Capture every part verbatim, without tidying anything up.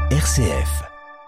R C F.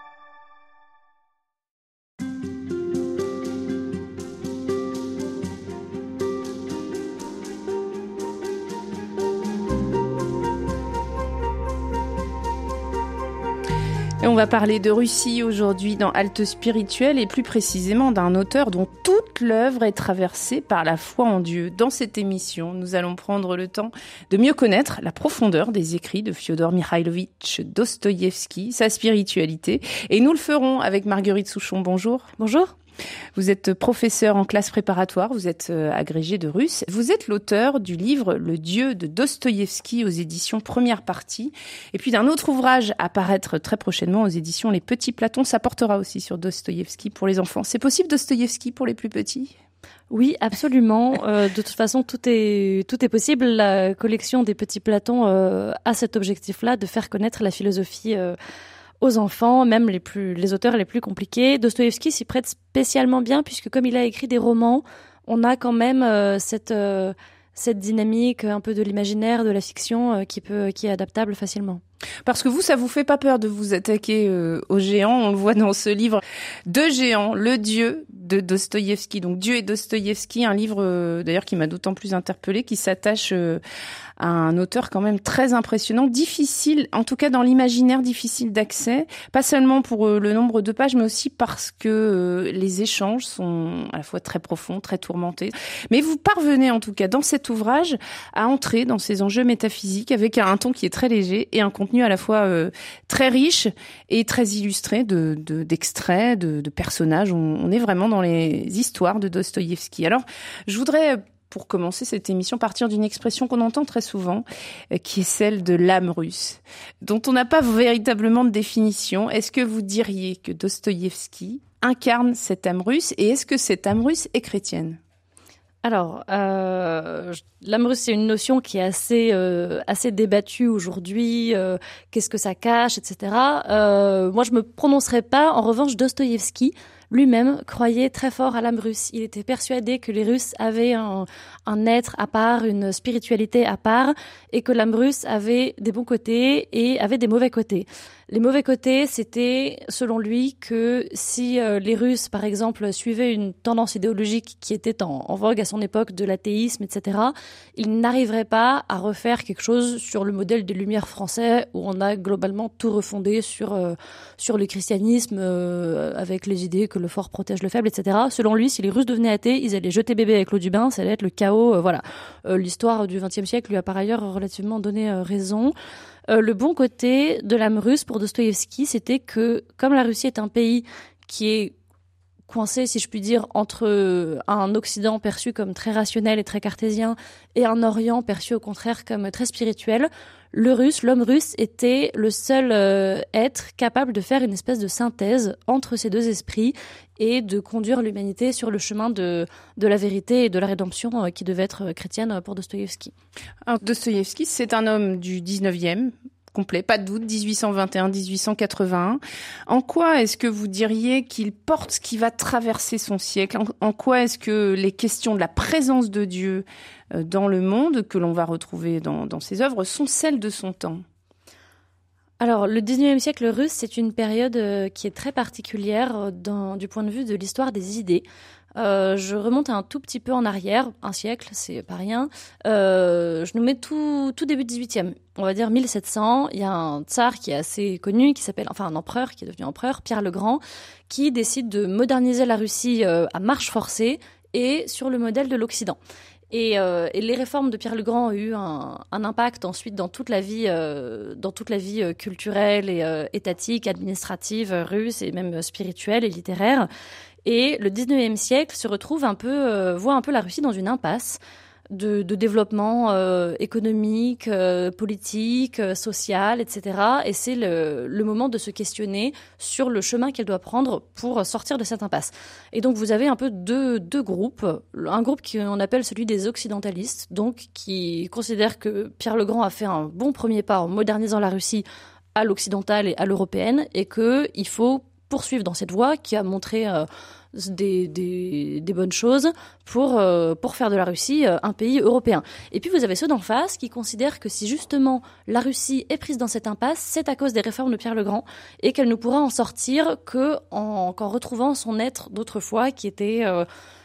Et on va parler de Russie aujourd'hui dans Halte Spirituelle et plus précisément d'un auteur dont toute l'œuvre est traversée par la foi en Dieu. Dans cette émission, nous allons prendre le temps de mieux connaître la profondeur des écrits de Fiodor Mikhailovitch Dostoïevski, sa spiritualité. Et nous le ferons avec Marguerite Souchon. Bonjour. Bonjour. Vous êtes professeur en classe préparatoire, vous êtes agrégé de russe. Vous êtes l'auteur du livre Le Dieu de Dostoïevski aux éditions Première Partie. Et puis d'un autre ouvrage à paraître très prochainement aux éditions Les Petits Platons. Ça portera aussi sur Dostoïevski pour les enfants. C'est possible Dostoïevski pour les plus petits ? Oui, absolument. euh, de toute façon, tout est tout est possible. La collection des Petits Platons euh, a cet objectif-là de faire connaître la philosophie euh, aux enfants, même les plus les auteurs les plus compliqués. Dostoïevski s'y prête spécialement bien puisque comme il a écrit des romans, on a quand même euh, cette euh, cette dynamique un peu de l'imaginaire, de la fiction euh, qui peut qui est adaptable facilement. Parce que vous, ça vous fait pas peur de vous attaquer euh, aux géants. On le voit dans ce livre, Deux géants, le Dieu de Dostoïevski. Donc Dieu et Dostoïevski, un livre euh, d'ailleurs qui m'a d'autant plus interpellée, qui s'attache euh, à un auteur quand même très impressionnant, difficile, en tout cas dans l'imaginaire, difficile d'accès. Pas seulement pour euh, le nombre de pages, mais aussi parce que euh, les échanges sont à la fois très profonds, très tourmentés. Mais vous parvenez en tout cas dans cet ouvrage à entrer dans ces enjeux métaphysiques avec un, un ton qui est très léger et un contenu à la fois euh, très riche et très illustré de, de, d'extraits, de, de personnages. On, on est vraiment dans les histoires de Dostoïevski. Alors, je voudrais, pour commencer cette émission, partir d'une expression qu'on entend très souvent, euh, qui est celle de l'âme russe, dont on n'a pas véritablement de définition. Est-ce que vous diriez que Dostoïevski incarne cette âme russe et est-ce que cette âme russe est chrétienne ? Alors, euh, l'âme russe, c'est une notion qui est assez euh, assez débattue aujourd'hui. Euh, qu'est-ce que ça cache, et cetera. Euh, moi, je me prononcerai pas. En revanche, Dostoïevski lui-même croyait très fort à l'âme russe. Il était persuadé que les Russes avaient un, un être à part, une spiritualité à part, et que l'âme russe avait des bons côtés et avait des mauvais côtés. Les mauvais côtés, c'était, selon lui, que si euh, les Russes, par exemple, suivaient une tendance idéologique qui était en, en vogue à son époque, de l'athéisme, et cetera, ils n'arriveraient pas à refaire quelque chose sur le modèle des Lumières français, où on a globalement tout refondé sur euh, sur le christianisme, euh, avec les idées que le fort protège le faible, et cetera. Selon lui, si les Russes devenaient athées, ils allaient jeter bébé avec l'eau du bain, ça allait être le chaos. Euh, voilà. Euh, l'histoire du vingtième siècle lui a par ailleurs relativement donné euh, raison. Euh, le bon côté de l'âme russe pour Dostoïevski, c'était que, comme la Russie est un pays qui est coincé, si je puis dire, entre un Occident perçu comme très rationnel et très cartésien et un Orient perçu au contraire comme très spirituel, le russe, l'homme russe était le seul euh, être capable de faire une espèce de synthèse entre ces deux esprits et de conduire l'humanité sur le chemin de, de la vérité et de la rédemption euh, qui devait être chrétienne pour Dostoïevski. Alors, Dostoïevski, c'est un homme du dix-neuvième, complet, pas de doute, dix-huit cent vingt et un à dix-huit cent quatre-vingt-un. En quoi est-ce que vous diriez qu'il porte ce qui va traverser son siècle ? En, en quoi est-ce que les questions de la présence de Dieu dans le monde, que l'on va retrouver dans, dans ses œuvres, sont celles de son temps ? Alors, le dix-neuvième siècle russe, c'est une période euh, qui est très particulière dans, du point de vue de l'histoire des idées. Euh, je remonte un tout petit peu en arrière, un siècle, c'est pas rien. Euh, je nous mets tout, tout début dix-huitième, on va dire mille sept cents. Il y a un tsar qui est assez connu, qui s'appelle, enfin un empereur qui est devenu empereur, Pierre le Grand, qui décide de moderniser la Russie euh, à marche forcée et sur le modèle de l'Occident. Et, euh, et les réformes de Pierre le Grand ont eu un, un impact ensuite dans toute la vie, euh, dans toute la vie euh, culturelle et euh, étatique, administrative euh, russe et même euh, spirituelle et littéraire. Et le dix-neuvième siècle se retrouve un peu, euh, voit un peu la Russie dans une impasse de, de développement euh, économique, euh, politique, euh, social, et cetera. Et c'est le, le moment de se questionner sur le chemin qu'elle doit prendre pour sortir de cette impasse. Et donc vous avez un peu deux, deux groupes. Un groupe qu'on appelle celui des occidentalistes, donc qui considère que Pierre le Grand a fait un bon premier pas en modernisant la Russie à l'occidentale et à l'européenne, et qu'il faut poursuivre dans cette voie, qui a montré euh, des, des, des bonnes choses pour, euh, pour faire de la Russie euh, un pays européen. Et puis vous avez ceux d'en face qui considèrent que si justement la Russie est prise dans cette impasse, c'est à cause des réformes de Pierre le Grand et qu'elle ne pourra en sortir que en, qu'en retrouvant son être d'autrefois qui était... Euh,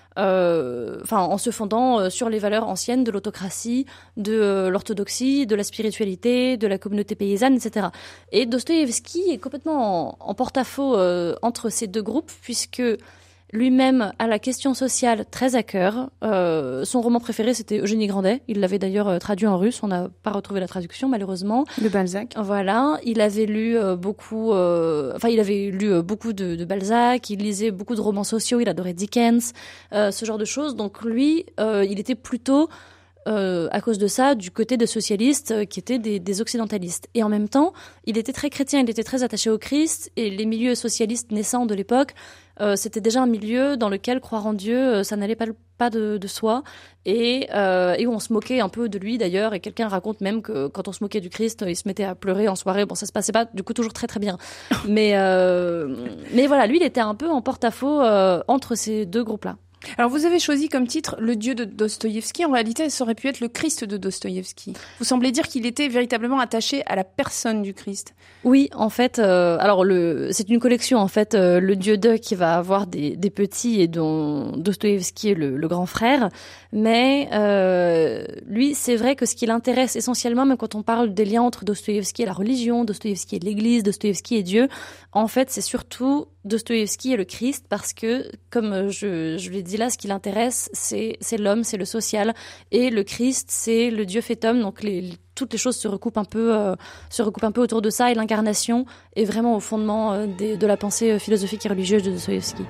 Euh, enfin, en se fondant euh, sur les valeurs anciennes de l'autocratie, de euh, l'orthodoxie, de la spiritualité, de la communauté paysanne, et cetera. Et Dostoïevski est complètement en, en porte-à-faux euh, entre ces deux groupes, puisque lui-même a la question sociale très à cœur. Euh, son roman préféré, c'était Eugénie Grandet. Il l'avait d'ailleurs euh, traduit en russe. On n'a pas retrouvé la traduction, malheureusement. De Balzac. Voilà. Il avait lu euh, beaucoup, euh, enfin, il avait lu euh, beaucoup de, de Balzac. Il lisait beaucoup de romans sociaux. Il adorait Dickens, euh, ce genre de choses. Donc lui, euh, il était plutôt Euh, à cause de ça, du côté des socialistes euh, qui étaient des, des occidentalistes. Et en même temps, il était très chrétien, il était très attaché au Christ, et les milieux socialistes naissants de l'époque, euh, c'était déjà un milieu dans lequel croire en Dieu, euh, ça n'allait pas, pas de, de soi, et, euh, et où on se moquait un peu de lui d'ailleurs, et quelqu'un raconte même que quand on se moquait du Christ, il se mettait à pleurer en soirée. Bon, ça se passait pas du coup toujours très très bien. Mais, euh, mais voilà, lui, il était un peu en porte-à-faux euh, entre ces deux groupes-là. Alors, vous avez choisi comme titre Le Dieu de Dostoïevski. En réalité, ça aurait pu être le Christ de Dostoïevski. Vous semblez dire qu'il était véritablement attaché à la personne du Christ. Oui, en fait, euh, alors le, c'est une collection, en fait, euh, le Dieu de qui va avoir des, des petits et dont Dostoïevski est le, le grand frère. Mais euh, lui, c'est vrai que ce qui l'intéresse essentiellement, même quand on parle des liens entre Dostoïevski et la religion, Dostoïevski et l'Église, Dostoïevski et Dieu, en fait, c'est surtout Dostoïevski et le Christ, parce que, comme je, je l'ai dit là, ce qui l'intéresse, c'est, c'est l'homme, c'est le social, et le Christ, c'est le Dieu fait homme. Donc les, toutes les choses se recoupent un peu, euh, se recoupent un peu autour de ça, et l'incarnation est vraiment au fondement euh, des, de la pensée philosophique et religieuse de Dostoïevski.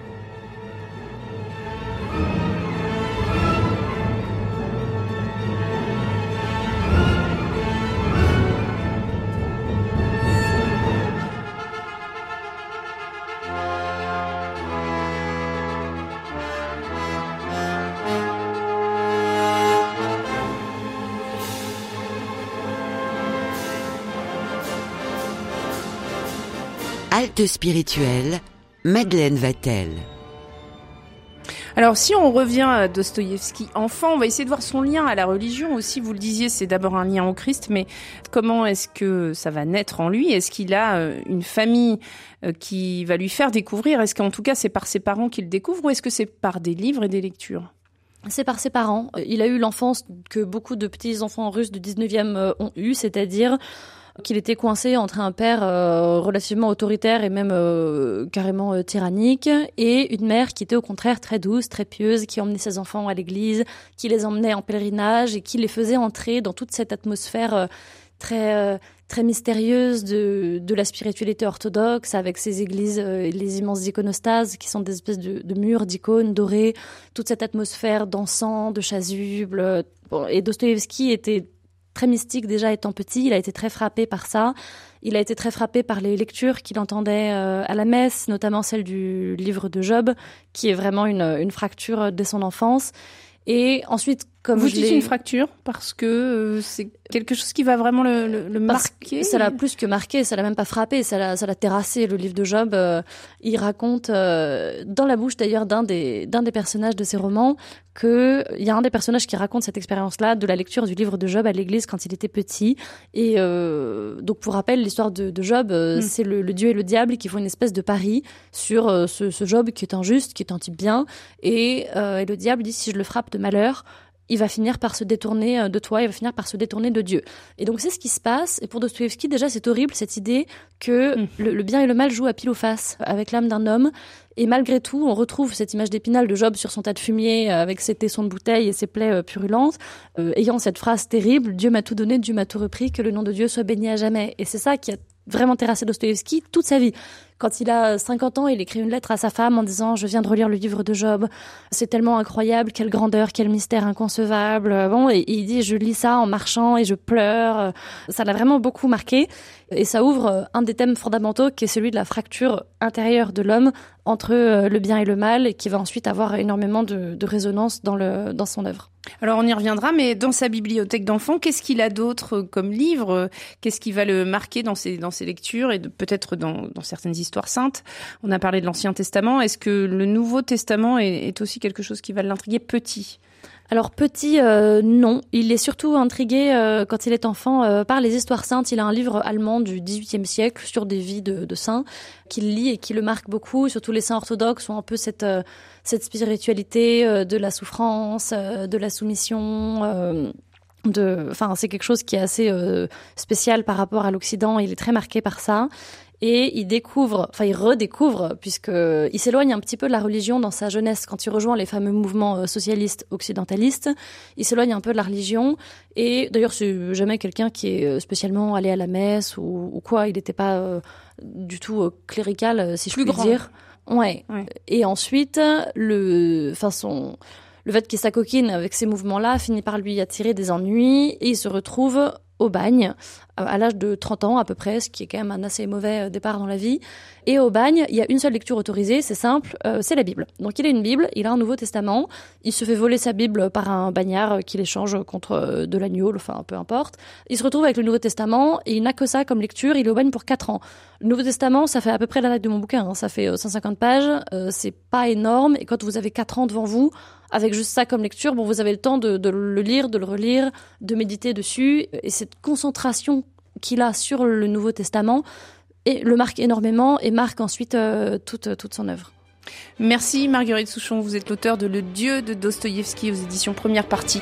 Halte spirituelle, Madeleine Vatel. Alors, si on revient à Dostoïevski enfant, on va essayer de voir son lien à la religion aussi. Vous le disiez, c'est d'abord un lien au Christ, mais comment est-ce que ça va naître en lui ? Est-ce qu'il a une famille qui va lui faire découvrir ? Est-ce qu'en tout cas, c'est par ses parents qu'il découvre, ou est-ce que c'est par des livres et des lectures ? C'est par ses parents. Il a eu l'enfance que beaucoup de petits enfants russes du dix-neuvième ont eu, c'est-à-dire qu'il était coincé entre un père euh, relativement autoritaire et même euh, carrément euh, tyrannique, et une mère qui était au contraire très douce, très pieuse, qui emmenait ses enfants à l'église, qui les emmenait en pèlerinage et qui les faisait entrer dans toute cette atmosphère euh, très euh, très mystérieuse de de la spiritualité orthodoxe, avec ces églises, euh, les immenses iconostases qui sont des espèces de, de murs d'icônes dorées, toute cette atmosphère d'encens, de chasubles. Bon, et Dostoïevski était très mystique déjà étant petit, il a été très frappé par ça. Il a été très frappé par les lectures qu'il entendait euh, à la messe, notamment celle du livre de Job, qui est vraiment une, une fracture dès son enfance. Et ensuite, comme vous je dites l'ai... une fracture parce que euh, c'est quelque chose qui va vraiment le, le, le marquer. Ça l'a plus que marqué, ça l'a même pas frappé, ça l'a, ça l'a terrassé. Le livre de Job, euh, il raconte euh, dans la bouche d'ailleurs d'un des d'un des personnages de ses romans que il y a un des personnages qui raconte cette expérience-là de la lecture du livre de Job à l'église quand il était petit. Et euh, donc pour rappel, l'histoire de, de Job, euh, mm. c'est le, le Dieu et le diable qui font une espèce de pari sur euh, ce, ce Job qui est injuste, qui est un type bien, et, euh, et le diable dit si je le frappe de malheur, il va finir par se détourner de toi, il va finir par se détourner de Dieu. Et donc c'est ce qui se passe. Et pour Dostoïevski, déjà, c'est horrible cette idée que mmh. le, le bien et le mal jouent à pile ou face avec l'âme d'un homme. Et malgré tout, on retrouve cette image d'Épinal de Job sur son tas de fumier avec ses tessons de bouteille et ses plaies euh, purulentes, euh, ayant cette phrase terrible « Dieu m'a tout donné, Dieu m'a tout repris, que le nom de Dieu soit béni à jamais ». Et c'est ça qui a vraiment terrassé Dostoïevski toute sa vie. Quand il a cinquante ans, il écrit une lettre à sa femme en disant « Je viens de relire le livre de Job, c'est tellement incroyable, quelle grandeur, quel mystère inconcevable. » Bon, et il dit « Je lis ça en marchant et je pleure. » Ça l'a vraiment beaucoup marqué. Et ça ouvre un des thèmes fondamentaux qui est celui de la fracture intérieure de l'homme entre le bien et le mal, et qui va ensuite avoir énormément de, de résonance dans, le, dans son œuvre. Alors on y reviendra, mais dans sa bibliothèque d'enfants, qu'est-ce qu'il a d'autre comme livre ? Qu'est-ce qui va le marquer dans ses, dans ses lectures et de, peut-être dans, dans certaines histoires l'histoire sainte. On a parlé de l'Ancien Testament. Est-ce que le Nouveau Testament est, est aussi quelque chose qui va l'intriguer petit ? Alors petit, euh, non. Il est surtout intrigué euh, quand il est enfant euh, par les histoires saintes. Il a un livre allemand du dix-huitième siècle sur des vies de, de saints qu'il lit et qui le marque beaucoup. Surtout les saints orthodoxes ont un peu cette euh, cette spiritualité euh, de la souffrance, euh, de la soumission. Euh, de, enfin, c'est quelque chose qui est assez euh, spécial par rapport à l'Occident. Il est très marqué par ça. Et il découvre, enfin il redécouvre, puisque il s'éloigne un petit peu de la religion dans sa jeunesse quand il rejoint les fameux mouvements socialistes occidentalistes. Il s'éloigne un peu de la religion. Et d'ailleurs, c'est jamais quelqu'un qui est spécialement allé à la messe ou, ou quoi. Il n'était pas euh, du tout euh, clérical, si je Plus puis grand. dire. Ouais. ouais. Et ensuite, le, enfin son, le fait qu'il s'acoquine avec ces mouvements-là finit par lui attirer des ennuis et il se retrouve au bagne, à l'âge de trente ans à peu près, ce qui est quand même un assez mauvais départ dans la vie. Et au bagne, il y a une seule lecture autorisée, c'est simple, euh, c'est la Bible. Donc il a une Bible, il a un Nouveau Testament, il se fait voler sa Bible par un bagnard qui l'échange contre de l'agneau, enfin peu importe. Il se retrouve avec le Nouveau Testament et il n'a que ça comme lecture, il est au bagne pour quatre ans. Le Nouveau Testament, ça fait à peu près la taille de mon bouquin, hein. Ça fait cent cinquante pages, euh, c'est pas énorme, et quand vous avez quatre ans devant vous, avec juste ça comme lecture, bon, vous avez le temps de, de le lire, de le relire, de méditer dessus, et cette concentration qu'il a sur le Nouveau Testament et le marque énormément et marque ensuite euh, toute, toute son œuvre. Merci Marguerite Souchon, vous êtes l'auteur de Le Dieu de Dostoïevski aux éditions Première Partie.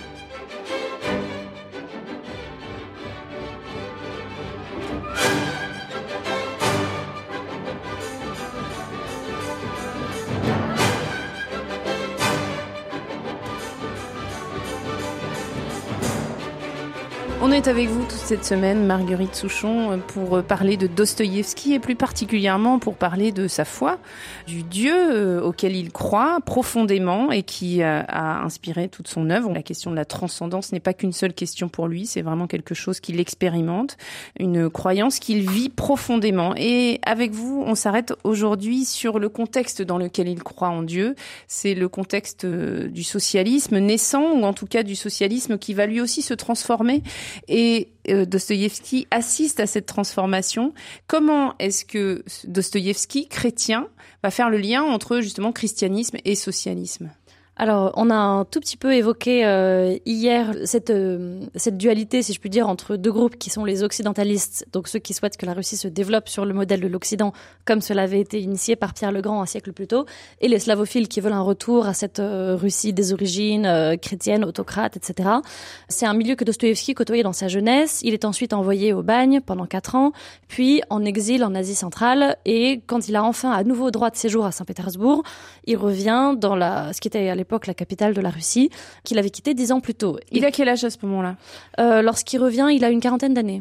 On est avec vous toute cette semaine, Marguerite Souchon, pour parler de Dostoïevski et plus particulièrement pour parler de sa foi, du Dieu auquel il croit profondément et qui a inspiré toute son œuvre. La question de la transcendance n'est pas qu'une seule question pour lui, c'est vraiment quelque chose qu'il expérimente, une croyance qu'il vit profondément. Et avec vous, on s'arrête aujourd'hui sur le contexte dans lequel il croit en Dieu. C'est le contexte du socialisme naissant, ou en tout cas du socialisme qui va lui aussi se transformer. Et euh, Dostoïevski assiste à cette transformation. Comment est-ce que Dostoïevski, chrétien, va faire le lien entre justement christianisme et socialisme ? Alors, on a un tout petit peu évoqué euh, hier cette euh, cette dualité, si je puis dire, entre deux groupes qui sont les occidentalistes, donc ceux qui souhaitent que la Russie se développe sur le modèle de l'Occident, comme cela avait été initié par Pierre le Grand un siècle plus tôt, et les slavophiles qui veulent un retour à cette euh, Russie des origines euh, chrétiennes, autocrate, et cetera. C'est un milieu que Dostoïevski côtoyait dans sa jeunesse. Il est ensuite envoyé au bagne pendant quatre ans, puis en exil en Asie centrale, et quand il a enfin à nouveau droit de séjour à Saint-Pétersbourg, il revient dans la ce qui était à l'époque la capitale de la Russie, qu'il avait quitté dix ans plus tôt. Il a quel âge à ce moment-là ? euh, Lorsqu'il revient, il a une quarantaine d'années.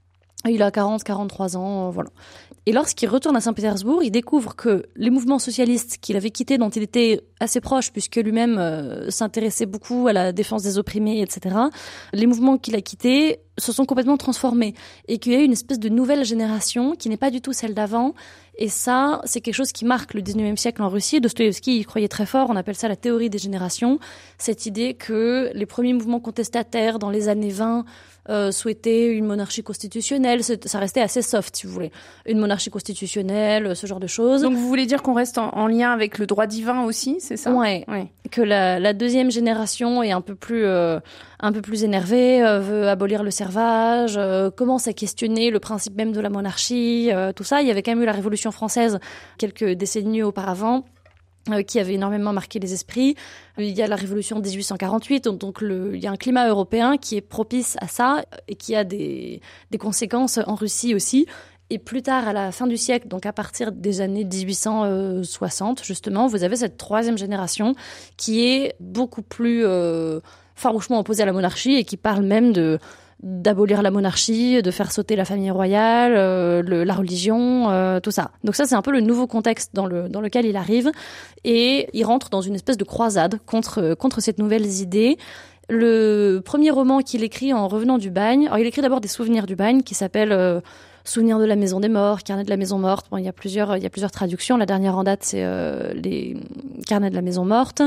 Il a quarante, quarante-trois ans, euh, voilà. Et lorsqu'il retourne à Saint-Pétersbourg, il découvre que les mouvements socialistes qu'il avait quittés, dont il était assez proche, puisque lui-même euh, s'intéressait beaucoup à la défense des opprimés, et cetera, les mouvements qu'il a quittés se sont complètement transformés et qu'il y a eu une espèce de nouvelle génération qui n'est pas du tout celle d'avant. Et ça, c'est quelque chose qui marque le dix-neuvième siècle en Russie. Dostoïevski y croyait très fort. On appelle ça la théorie des générations. Cette idée que les premiers mouvements contestataires dans les années vingt euh, souhaitaient une monarchie constitutionnelle. Ça restait assez soft, si vous voulez. Une monarchie constitutionnelle, ce genre de choses. Donc vous voulez dire qu'on reste en, en lien avec le droit divin aussi, c'est ça ? Ouais. ouais. Que la, la deuxième génération est un peu plus, euh, un peu plus énervée, euh, veut abolir le servage, euh, commence à questionner le principe même de la monarchie, euh, tout ça. Il y avait quand même eu la Révolution française quelques décennies auparavant, euh, qui avait énormément marqué les esprits. Il y a la Révolution de dix-huit cent quarante-huit, donc, donc le, il y a un climat européen qui est propice à ça et qui a des, des conséquences en Russie aussi. Et plus tard, à la fin du siècle, donc à partir des années dix-huit cent soixante, justement, vous avez cette troisième génération qui est beaucoup plus euh, farouchement opposée à la monarchie et qui parle même de d'abolir la monarchie, de faire sauter la famille royale, euh, le, la religion, euh, tout ça. Donc ça, c'est un peu le nouveau contexte dans le dans lequel il arrive, et il rentre dans une espèce de croisade contre contre ces nouvelles idées. Le premier roman qu'il écrit en revenant du bagne, alors il écrit d'abord des souvenirs du bagne qui s'appellent euh, Souvenirs de la maison des morts, Carnet de la maison morte. Bon, il y a plusieurs, il y a plusieurs traductions. La dernière en date, c'est euh, les Carnets de la maison morte.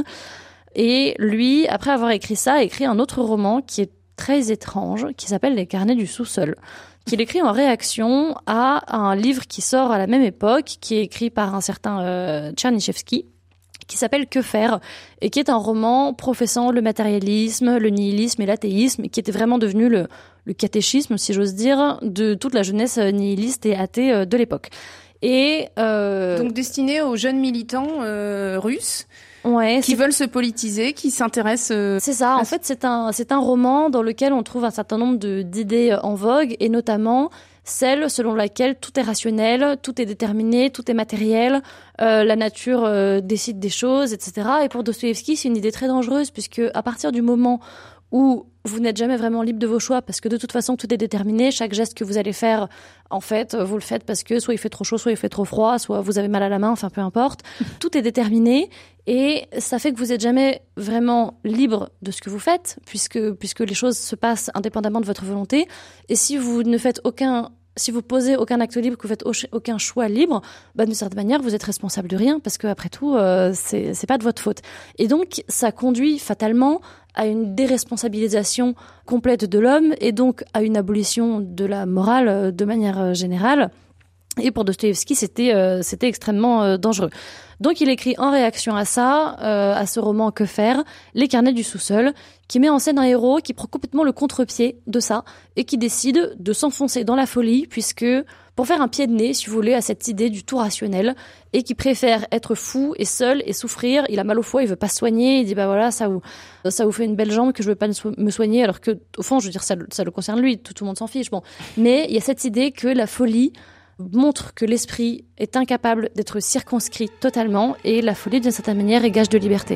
Et lui, après avoir écrit ça, a écrit un autre roman qui est très étrange, qui s'appelle Les Carnets du sous-sol, qu'il écrit en réaction à un livre qui sort à la même époque, qui est écrit par un certain euh, Tchernyshevsky, qui s'appelle Que faire, et qui est un roman professant le matérialisme, le nihilisme et l'athéisme, qui était vraiment devenu le, le catéchisme, si j'ose dire, de toute la jeunesse nihiliste et athée de l'époque. Et euh... donc destiné aux jeunes militants euh, russes. Ouais, qui veulent se politiser, qui s'intéressent. Euh, c'est ça. En fait, c'est un c'est un roman dans lequel on trouve un certain nombre de d'idées en vogue, et notamment celle selon laquelle tout est rationnel, tout est déterminé, tout est matériel, euh, la nature euh, décide des choses, et cetera. Et pour Dostoïevski, c'est une idée très dangereuse, puisque à partir du moment où vous n'êtes jamais vraiment libre de vos choix, parce que de toute façon, tout est déterminé. Chaque geste que vous allez faire, en fait, vous le faites parce que soit il fait trop chaud, soit il fait trop froid, soit vous avez mal à la main, enfin, peu importe. Tout est déterminé, et ça fait que vous n'êtes jamais vraiment libre de ce que vous faites, puisque, puisque les choses se passent indépendamment de votre volonté. Et si vous ne faites aucun... Si vous posez aucun acte libre, que vous faites aucun choix libre, bah d'une certaine manière, vous êtes responsable de rien, parce que après tout, euh, c'est c'est pas de votre faute. Et donc, ça conduit fatalement à une déresponsabilisation complète de l'homme, et donc à une abolition de la morale euh, de manière euh, générale. Et pour Dostoïevski, c'était euh, c'était extrêmement euh, dangereux. Donc il écrit en réaction à ça, euh, à ce roman Que faire, Les carnets du sous-sol, qui met en scène un héros qui prend complètement le contre-pied de ça et qui décide de s'enfoncer dans la folie, puisque pour faire un pied de nez, si vous voulez, à cette idée du tout rationnel, et qui préfère être fou et seul et souffrir. Il a mal au foie, il veut pas se soigner, il dit bah voilà, ça vous ça vous fait une belle jambe que je veux pas me soigner, alors que au fond, je veux dire, ça, ça le concerne lui, tout, tout le monde s'en fiche. Bon, mais il y a cette idée que la folie montre que l'esprit est incapable d'être circonscrit totalement, et la folie, d'une certaine manière, est gage de liberté.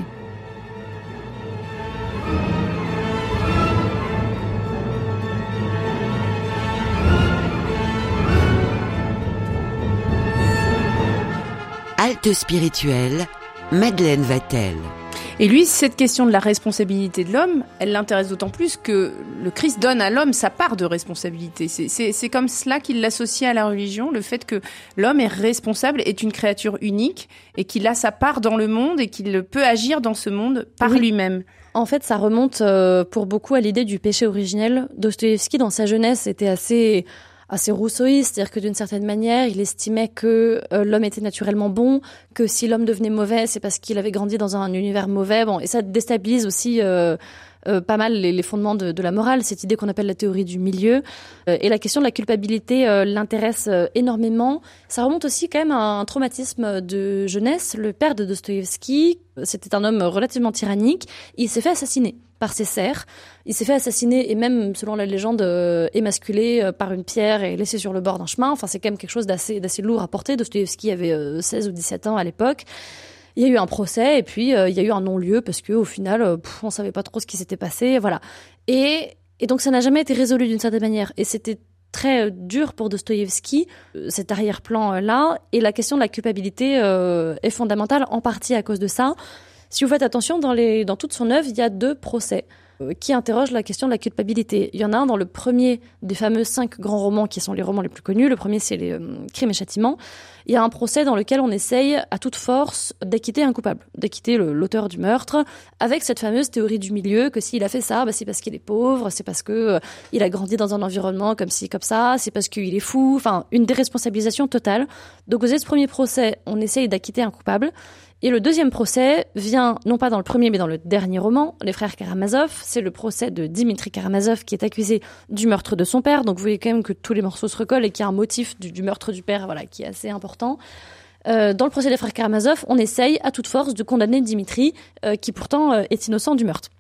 Halte spirituelle, Madeleine Vatel. Et lui, cette question de la responsabilité de l'homme, elle l'intéresse d'autant plus que le Christ donne à l'homme sa part de responsabilité. C'est, c'est, c'est comme cela qu'il l'associe à la religion, le fait que l'homme est responsable, est une créature unique, et qu'il a sa part dans le monde, et qu'il peut agir dans ce monde par oui. lui-même. En fait, ça remonte euh, pour beaucoup à l'idée du péché originel. Dostoïevski, dans sa jeunesse, était assez... assez rousseauiste, c'est-à-dire que d'une certaine manière, il estimait que euh, l'homme était naturellement bon, que si l'homme devenait mauvais, c'est parce qu'il avait grandi dans un univers mauvais. Bon, et ça déstabilise aussi euh, euh, pas mal les, les fondements de, de la morale, cette idée qu'on appelle la théorie du milieu. Euh, et la question de la culpabilité euh, l'intéresse euh, énormément. Ça remonte aussi quand même à un traumatisme de jeunesse. Le père de Dostoïevski, c'était un homme relativement tyrannique. Il s'est fait assassiner par ses serfs. Il s'est fait assassiner, et même, selon la légende, euh, émasculé euh, par une pierre et laissé sur le bord d'un chemin. Enfin, c'est quand même quelque chose d'assez, d'assez lourd à porter. Dostoïevski avait euh, seize ou dix-sept ans à l'époque. Il y a eu un procès, et puis euh, il y a eu un non-lieu, parce que au final, euh, pff, on savait pas trop ce qui s'était passé, voilà. Et, et donc, ça n'a jamais été résolu d'une certaine manière. Et c'était très dur pour Dostoïevski, euh, cet arrière-plan-là. Et la question de la culpabilité euh, est fondamentale, en partie à cause de ça. Si vous faites attention, dans, les, dans toute son œuvre, il y a deux procès euh, qui interrogent la question de la culpabilité. Il y en a un dans le premier des fameux cinq grands romans qui sont les romans les plus connus. Le premier, c'est les euh, Crimes et Châtiments. Il y a un procès dans lequel on essaye à toute force d'acquitter un coupable, d'acquitter le, l'auteur du meurtre, avec cette fameuse théorie du milieu, que s'il a fait ça, bah, c'est parce qu'il est pauvre, c'est parce que euh, il a grandi dans un environnement comme ci, comme ça, c'est parce qu'il est fou, enfin, une déresponsabilisation totale. Donc, vous avez ce premier procès, on essaye d'acquitter un coupable. Et le deuxième procès vient, non pas dans le premier, mais dans le dernier roman, Les Frères Karamazov. C'est le procès de Dimitri Karamazov, qui est accusé du meurtre de son père. Donc vous voyez quand même que tous les morceaux se recollent, et qu'il y a un motif du, du meurtre du père, voilà, qui est assez important. Euh, dans le procès des Frères Karamazov, on essaye à toute force de condamner Dimitri, euh, qui pourtant euh, est innocent du meurtre.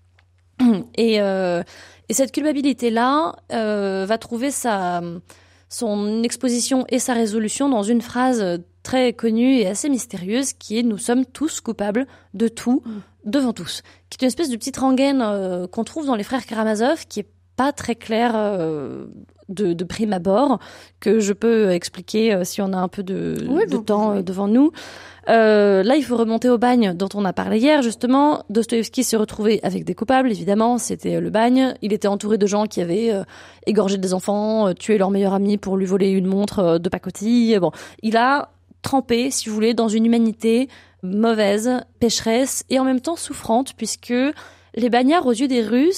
Et, euh, et cette culpabilité-là euh, va trouver sa, son exposition et sa résolution dans une phrase très connue et assez mystérieuse, qui est « Nous sommes tous coupables de tout, mmh. devant tous », qui est une espèce de petite rengaine euh, qu'on trouve dans les Frères Karamazov, qui est pas très claire euh, de, de prime abord, que je peux expliquer euh, si on a un peu de, oui, de temps euh, devant nous. Euh, là, il faut remonter au bagne dont on a parlé hier, justement. Dostoïevski se retrouvait avec des coupables, évidemment, c'était le bagne. Il était entouré de gens qui avaient euh, égorgé des enfants, euh, tué leur meilleur ami pour lui voler une montre euh, de pacotille. Bon, il a trempé, si vous voulez, dans une humanité mauvaise, pécheresse, et en même temps souffrante, puisque les bagnards, aux yeux des Russes,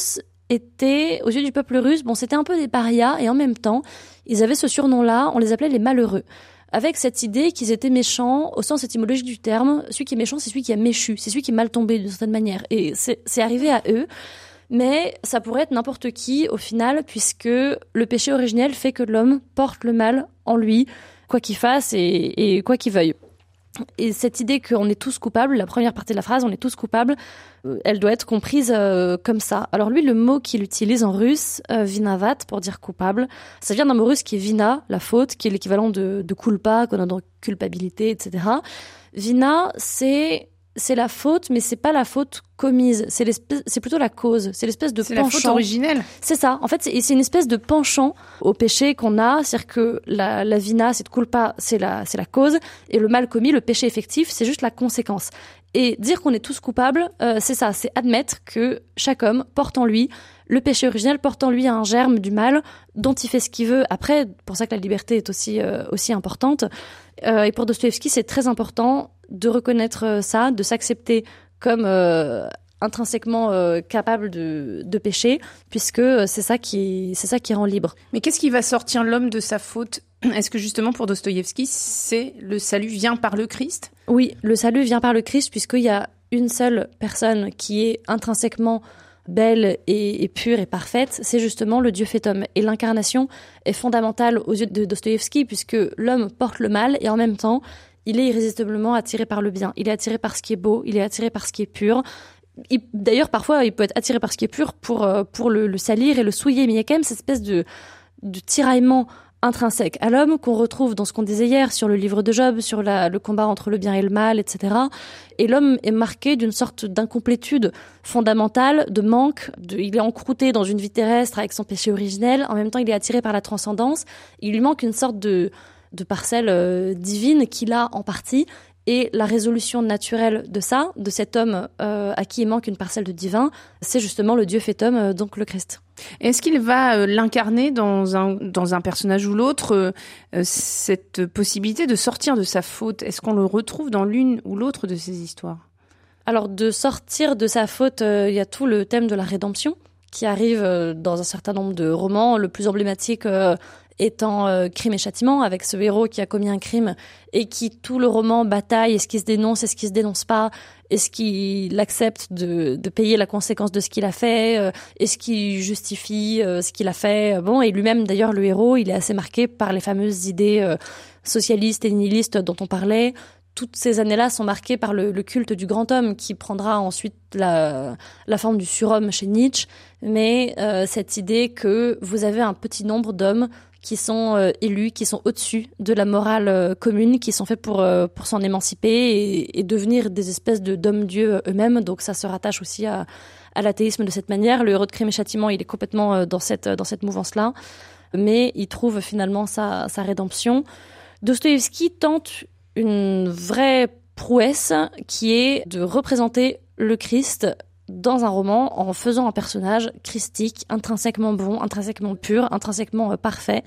étaient, aux yeux du peuple russe, bon, c'était un peu des parias, et en même temps, ils avaient ce surnom-là, on les appelait les malheureux. Avec cette idée qu'ils étaient méchants, au sens étymologique du terme, celui qui est méchant, c'est celui qui a méchu, c'est celui qui est mal tombé d'une certaine manière. Et c'est, c'est arrivé à eux, mais ça pourrait être n'importe qui au final, puisque le péché originel fait que l'homme porte le mal en lui, quoi qu'il fasse et, et quoi qu'il veuille. Et cette idée qu'on est tous coupables, la première partie de la phrase, on est tous coupables, euh, elle doit être comprise euh, comme ça. Alors lui, le mot qu'il utilise en russe, euh, vinavat, pour dire coupable, ça vient d'un mot russe qui est vina, la faute, qui est l'équivalent de, de culpa, qu'on a dans culpabilité, et cetera. Vina, c'est... c'est la faute, mais c'est pas la faute commise. C'est l'espèce, c'est plutôt la cause. C'est l'espèce de c'est penchant. C'est la faute originelle. C'est ça. En fait, c'est, c'est une espèce de penchant au péché qu'on a. C'est-à-dire que la, la vina, cette culpa, c'est la, c'est la cause. Et le mal commis, le péché effectif, c'est juste la conséquence. Et dire qu'on est tous coupables, euh, c'est ça. C'est admettre que chaque homme porte en lui le péché originel, porte en lui un germe du mal dont il fait ce qu'il veut. Après, pour ça que la liberté est aussi, euh, aussi importante. Euh, et pour Dostoïevski, c'est très important de reconnaître ça, de s'accepter comme euh, intrinsèquement euh, capable de, de pécher, puisque c'est ça qui, c'est ça qui rend libre. Mais qu'est-ce qui va sortir l'homme de sa faute ? Est-ce que justement pour Dostoïevski, c'est le salut vient par le Christ ? Oui, le salut vient par le Christ, puisqu'il y a une seule personne qui est intrinsèquement belle et, et pure et parfaite, c'est justement le Dieu fait homme. Et l'incarnation est fondamentale aux yeux de Dostoïevski, puisque l'homme porte le mal et en même temps, il est irrésistiblement attiré par le bien. Il est attiré par ce qui est beau, il est attiré par ce qui est pur. Il, d'ailleurs, parfois, il peut être attiré par ce qui est pur pour, pour le, le salir et le souiller, mais il y a quand même cette espèce de, de tiraillement intrinsèque à l'homme qu'on retrouve dans ce qu'on disait hier sur le livre de Job, sur la, le combat entre le bien et le mal, et cetera. Et l'homme est marqué d'une sorte d'incomplétude fondamentale, de manque. De, il est encrouté dans une vie terrestre avec son péché originel. En même temps, il est attiré par la transcendance. Il lui manque une sorte de, de parcelle euh, divine qu'il a en partie. Et la résolution naturelle de ça, de cet homme euh, à qui il manque une parcelle de divin, c'est justement le Dieu fait homme, euh, donc le Christ. Est-ce qu'il va euh, l'incarner dans un, dans un personnage ou l'autre, euh, euh, cette possibilité de sortir de sa faute ? Est-ce qu'on le retrouve dans l'une ou l'autre de ces histoires ? Alors, de sortir de sa faute, euh, il y a tout le thème de la rédemption qui arrive euh, dans un certain nombre de romans. Le plus emblématique euh, étant euh, Crime et Châtiment, avec ce héros qui a commis un crime et qui, tout le roman, bataille. Est-ce qu'il se dénonce ? Est-ce qu'il se dénonce pas ? Est-ce qu'il accepte de, de payer la conséquence de ce qu'il a fait ? Est-ce qu'il justifie euh, ce qu'il a fait ? Bon, et lui-même, d'ailleurs, le héros, il est assez marqué par les fameuses idées euh, socialistes et nihilistes dont on parlait. Toutes ces années-là sont marquées par le, le culte du grand homme qui prendra ensuite la, la forme du surhomme chez Nietzsche. Mais euh, cette idée que vous avez un petit nombre d'hommes qui sont euh, élus, qui sont au-dessus de la morale euh, commune, qui sont faits pour euh, pour s'en émanciper et, et devenir des espèces de d'hommes-dieux eux-mêmes. Donc ça se rattache aussi à, à l'athéisme de cette manière. Le héros de Crime et Châtiment, il est complètement euh, dans cette dans cette mouvance-là, mais il trouve finalement sa sa rédemption. Dostoïevski tente une vraie prouesse qui est de représenter le Christ dans un roman en faisant un personnage christique, intrinsèquement bon, intrinsèquement pur, intrinsèquement euh, parfait.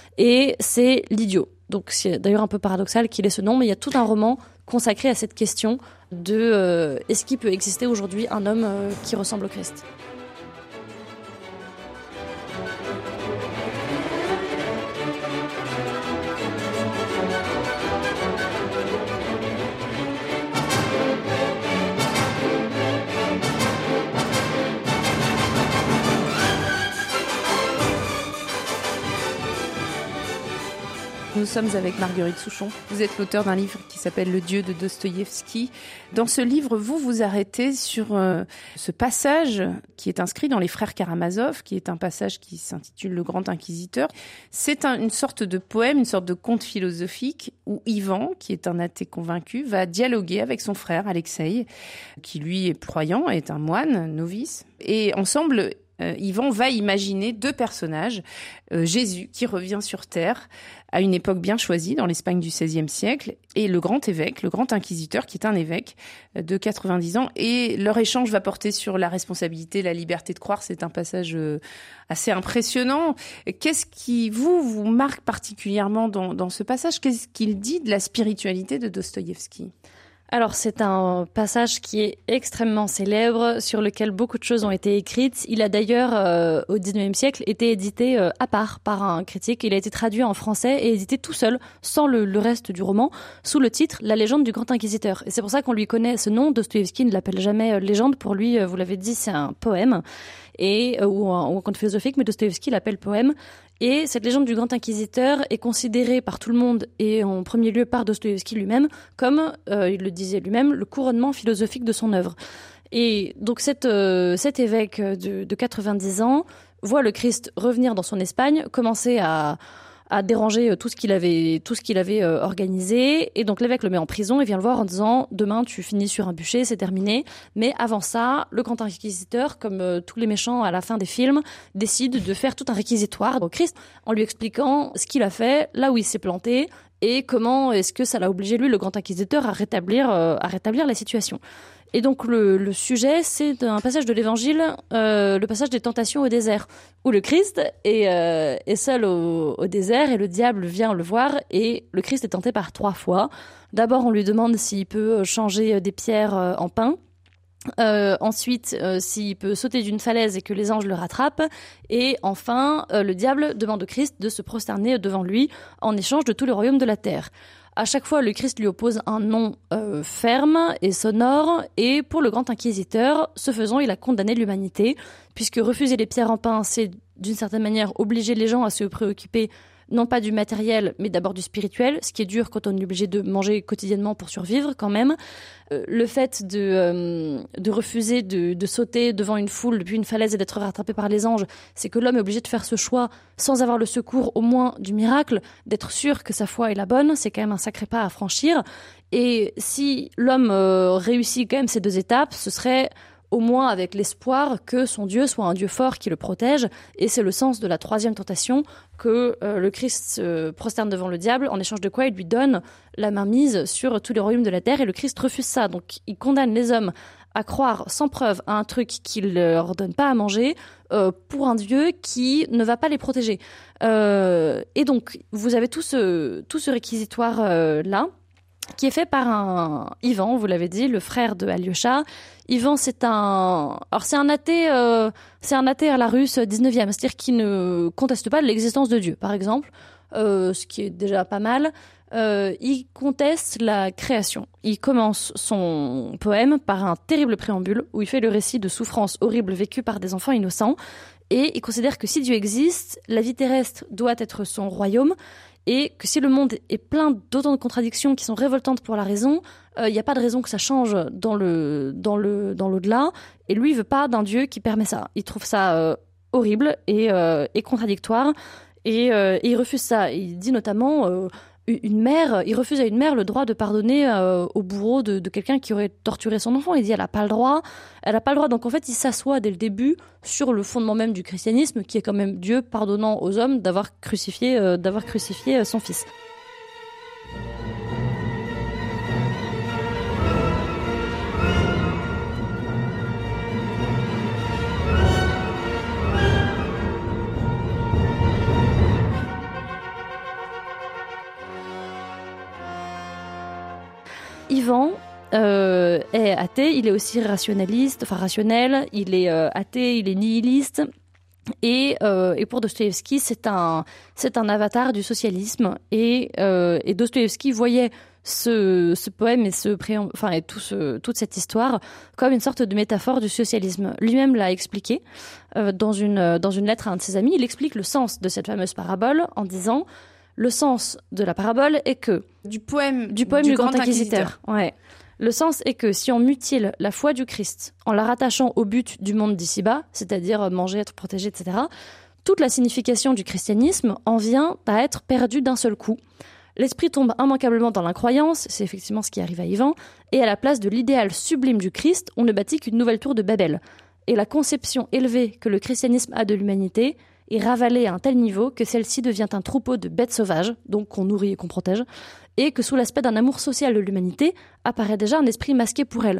Et c'est l'idiot. Donc c'est d'ailleurs un peu paradoxal qu'il ait ce nom, mais il y a tout un roman consacré à cette question de euh, est-ce qu'il peut exister aujourd'hui un homme euh, qui ressemble au Christ ? Nous sommes avec Marguerite Souchon. Vous êtes l'auteur d'un livre qui s'appelle Le Dieu de Dostoïevski. Dans ce livre, vous vous arrêtez sur euh, ce passage qui est inscrit dans les Frères Karamazov, qui est un passage qui s'intitule Le Grand Inquisiteur. C'est un, une sorte de poème, une sorte de conte philosophique où Ivan, qui est un athée convaincu, va dialoguer avec son frère Alexei, qui lui est croyant, est un moine, novice. Et ensemble, Euh, Ivan va imaginer deux personnages, euh, Jésus qui revient sur Terre à une époque bien choisie dans l'Espagne du seizième siècle et le grand évêque, le grand inquisiteur qui est un évêque euh, de quatre-vingt-dix ans, et leur échange va porter sur la responsabilité, la liberté de croire. C'est un passage euh, assez impressionnant. Qu'est-ce qui vous, vous marque particulièrement dans, dans ce passage ? Qu'est-ce qu'il dit de la spiritualité de Dostoïevski ? Alors, c'est un passage qui est extrêmement célèbre, sur lequel beaucoup de choses ont été écrites. Il a d'ailleurs, euh, au dix-neuvième siècle, été édité euh, à part par un critique. Il a été traduit en français et édité tout seul, sans le, le reste du roman, sous le titre « La légende du grand inquisiteur ». Et c'est pour ça qu'on lui connaît ce nom. Dostoïevski ne l'appelle jamais euh, légende. Pour lui, euh, vous l'avez dit, c'est un poème et euh, ou, un, ou un conte philosophique, mais Dostoïevski l'appelle poème. Et cette légende du grand inquisiteur est considérée par tout le monde, et en premier lieu par Dostoïevski lui-même, comme, euh, il le disait lui-même, le couronnement philosophique de son œuvre. Et donc cet, euh, cet évêque de, de quatre-vingt-dix ans voit le Christ revenir dans son Espagne, commencer à... à déranger tout ce qu'il avait, tout ce qu'il avait euh, organisé. Et donc l'évêque le met en prison et vient le voir en disant « Demain, tu finis sur un bûcher, c'est terminé. » Mais avant ça, le grand inquisiteur, comme euh, tous les méchants à la fin des films, décide de faire tout un réquisitoire au Christ en lui expliquant ce qu'il a fait, là où il s'est planté et comment est-ce que ça l'a obligé, lui, le grand inquisiteur, à rétablir, euh, à rétablir la situation. Et donc le, le sujet, c'est un passage de l'Évangile, euh, le passage des tentations au désert, où le Christ est, euh, est seul au, au désert et le diable vient le voir et le Christ est tenté par trois fois. D'abord, on lui demande s'il peut changer des pierres en pain. Euh, ensuite, euh, s'il peut sauter d'une falaise et que les anges le rattrapent. Et enfin, euh, le diable demande au Christ de se prosterner devant lui en échange de tout le royaume de la terre. À chaque fois, le Christ lui oppose un nom euh, ferme et sonore, et pour le grand inquisiteur, ce faisant, il a condamné l'humanité, puisque refuser les pierres en pain, c'est d'une certaine manière obliger les gens à se préoccuper non pas du matériel, mais d'abord du spirituel, ce qui est dur quand on est obligé de manger quotidiennement pour survivre quand même. Euh, le fait de, euh, de refuser de, de sauter devant une foule depuis une falaise et d'être rattrapé par les anges, c'est que l'homme est obligé de faire ce choix sans avoir le secours au moins du miracle, d'être sûr que sa foi est la bonne, c'est quand même un sacré pas à franchir. Et si l'homme euh, réussit quand même ces deux étapes, ce serait au moins avec l'espoir que son Dieu soit un Dieu fort qui le protège. Et c'est le sens de la troisième tentation, que euh, le Christ se prosterne devant le diable, en échange de quoi il lui donne la main mise sur tous les royaumes de la terre, et le Christ refuse ça. Donc il condamne les hommes à croire sans preuve à un truc qu'il leur donne pas à manger, euh, pour un Dieu qui ne va pas les protéger. Euh, et donc, vous avez tout ce, tout ce réquisitoire euh, là, qui est fait par un Ivan, vous l'avez dit, le frère de Alyosha. Ivan, c'est un, alors c'est un athée, euh, c'est un athée à la russe dix-neuvième, c'est-à-dire qu'il ne conteste pas l'existence de Dieu, par exemple, euh, ce qui est déjà pas mal. Euh, il conteste la création. Il commence son poème par un terrible préambule où il fait le récit de souffrances horribles vécues par des enfants innocents, et il considère que si Dieu existe, la vie terrestre doit être son royaume, et que si le monde est plein d'autant de contradictions qui sont révoltantes pour la raison, il euh, n'y a pas de raison que ça change dans le dans le dans l'au-delà. Et lui, il veut pas d'un Dieu qui permet ça. Il trouve ça euh, horrible et, euh, et contradictoire, et, euh, et il refuse ça. Il dit notamment euh, une mère, il refuse à une mère le droit de pardonner euh, au bourreau de, de quelqu'un qui aurait torturé son enfant. Il dit elle a pas le droit, elle a pas le droit. Donc en fait, il s'assoit dès le début sur le fondement même du christianisme, qui est quand même Dieu pardonnant aux hommes d'avoir crucifié, euh, d'avoir crucifié euh, son fils. Ivan euh, est athée, il est aussi rationaliste, enfin rationnel, il est euh, athée, il est nihiliste. Et, euh, et pour Dostoïevski, c'est un, c'est un avatar du socialisme. Et, euh, et Dostoïevski voyait ce, ce poème et, ce préam... enfin, et tout ce, toute cette histoire comme une sorte de métaphore du socialisme. Lui-même l'a expliqué euh, dans, une, dans une lettre à un de ses amis. Il explique le sens de cette fameuse parabole en disant... Le sens de la parabole est que... Du poème du, poème du, du grand, grand inquisiteur. inquisiteur. Ouais. Le sens est que si on mutile la foi du Christ en la rattachant au but du monde d'ici-bas, c'est-à-dire manger, être protégé, et cetera, toute la signification du christianisme en vient à être perdue d'un seul coup. L'esprit tombe immanquablement dans l'incroyance, c'est effectivement ce qui arrive à Ivan, et à la place de l'idéal sublime du Christ, on ne bâtit qu'une nouvelle tour de Babel. Et la conception élevée que le christianisme a de l'humanité est ravalée à un tel niveau que celle-ci devient un troupeau de bêtes sauvages, donc qu'on nourrit et qu'on protège, et que sous l'aspect d'un amour social de l'humanité, apparaît déjà un esprit masqué pour elle.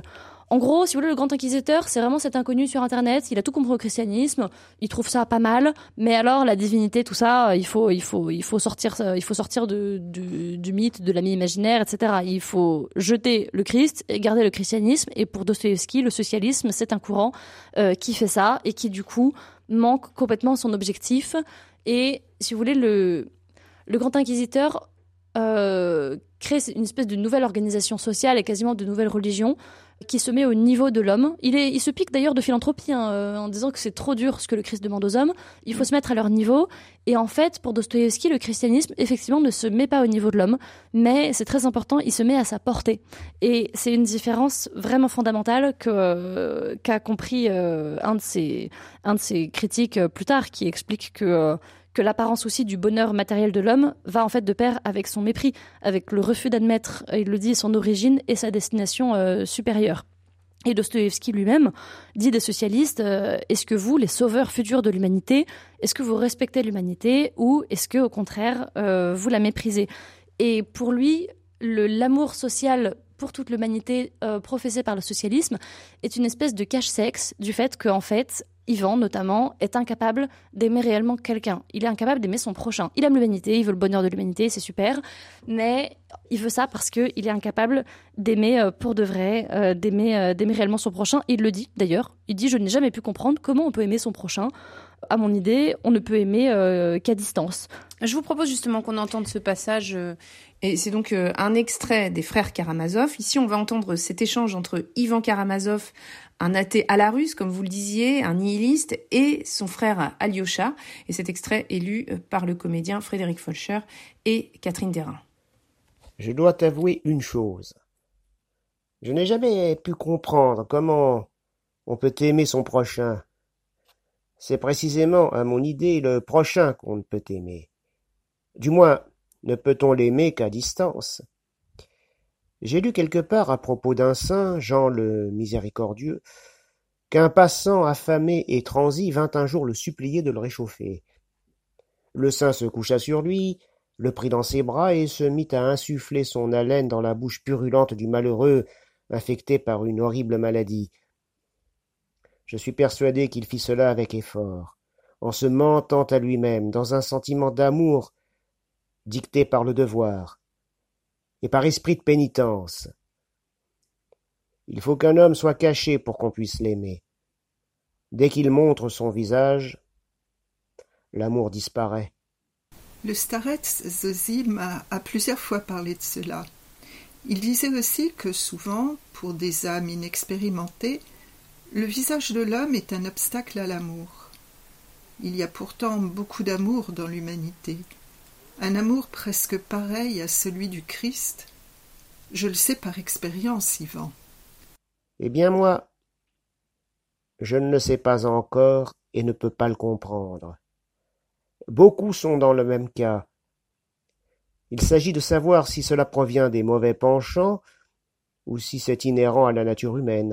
En gros, si vous voulez, le grand inquisiteur, c'est vraiment cet inconnu sur Internet. Il a tout compris au christianisme. Il trouve ça pas mal. Mais alors, la divinité, tout ça, il faut, il faut, il faut sortir, il faut sortir de, du, du mythe, de l'ami imaginaire, et cetera. Il faut jeter le Christ et garder le christianisme. Et pour Dostoïevski, le socialisme, c'est un courant euh, qui fait ça et qui, du coup, manque complètement son objectif. Et, si vous voulez, le, le grand inquisiteur euh, crée une espèce de nouvelle organisation sociale et quasiment de nouvelle religion qui se met au niveau de l'homme. Il, est, il se pique d'ailleurs de philanthropie hein, euh, en disant que c'est trop dur ce que le Christ demande aux hommes. Il faut mmh. se mettre à leur niveau. Et en fait, pour Dostoïevski, le christianisme, effectivement, ne se met pas au niveau de l'homme, mais c'est très important, il se met à sa portée. Et c'est une différence vraiment fondamentale que, euh, qu'a compris euh, un, de ses, un de ses critiques euh, plus tard, qui explique que... Euh, que l'apparence aussi du bonheur matériel de l'homme va en fait de pair avec son mépris, avec le refus d'admettre, il le dit, son origine et sa destination euh, supérieure. Et Dostoïevski lui-même dit des socialistes, euh, est-ce que vous, les sauveurs futurs de l'humanité, est-ce que vous respectez l'humanité ou est-ce que au contraire euh, vous la méprisez ? Et pour lui, le, l'amour social pour toute l'humanité euh, professé par le socialisme est une espèce de cache-sexe du fait qu'en fait, Ivan, notamment, est incapable d'aimer réellement quelqu'un. Il est incapable d'aimer son prochain. Il aime l'humanité, il veut le bonheur de l'humanité, c'est super, mais il veut ça parce qu'il est incapable d'aimer euh, pour de vrai, euh, d'aimer, euh, d'aimer réellement son prochain. Il le dit, d'ailleurs. Il dit « Je n'ai jamais pu comprendre comment on peut aimer son prochain. À mon idée, on ne peut aimer euh, qu'à distance. » Je vous propose justement qu'on entende ce passage, euh, et c'est donc euh, un extrait des frères Karamazov. Ici, on va entendre cet échange entre Ivan Karamazov, un athée à la russe, comme vous le disiez, un nihiliste, et son frère Alyosha. Et cet extrait est lu par le comédien Frédéric Folcher et Catherine Derain. Je dois t'avouer une chose. Je n'ai jamais pu comprendre comment on peut aimer son prochain. C'est précisément, à mon idée, le prochain qu'on ne peut aimer. Du moins, ne peut-on l'aimer qu'à distance. J'ai lu quelque part à propos d'un saint, Jean le Miséricordieux, qu'un passant affamé et transi vint un jour le supplier de le réchauffer. Le saint se coucha sur lui, le prit dans ses bras et se mit à insuffler son haleine dans la bouche purulente du malheureux, infecté par une horrible maladie. Je suis persuadé qu'il fit cela avec effort, en se mentant à lui-même, dans un sentiment d'amour dicté par le devoir, et par esprit de pénitence. Il faut qu'un homme soit caché pour qu'on puisse l'aimer. Dès qu'il montre son visage, l'amour disparaît. Le starets Zosime a, a plusieurs fois parlé de cela. Il disait aussi que souvent, pour des âmes inexpérimentées, le visage de l'homme est un obstacle à l'amour. Il y a pourtant beaucoup d'amour dans l'humanité. Un amour presque pareil à celui du Christ. Je le sais par expérience, Ivan. Eh bien moi, je ne le sais pas encore et ne peux pas le comprendre. Beaucoup sont dans le même cas. Il s'agit de savoir si cela provient des mauvais penchants ou si c'est inhérent à la nature humaine.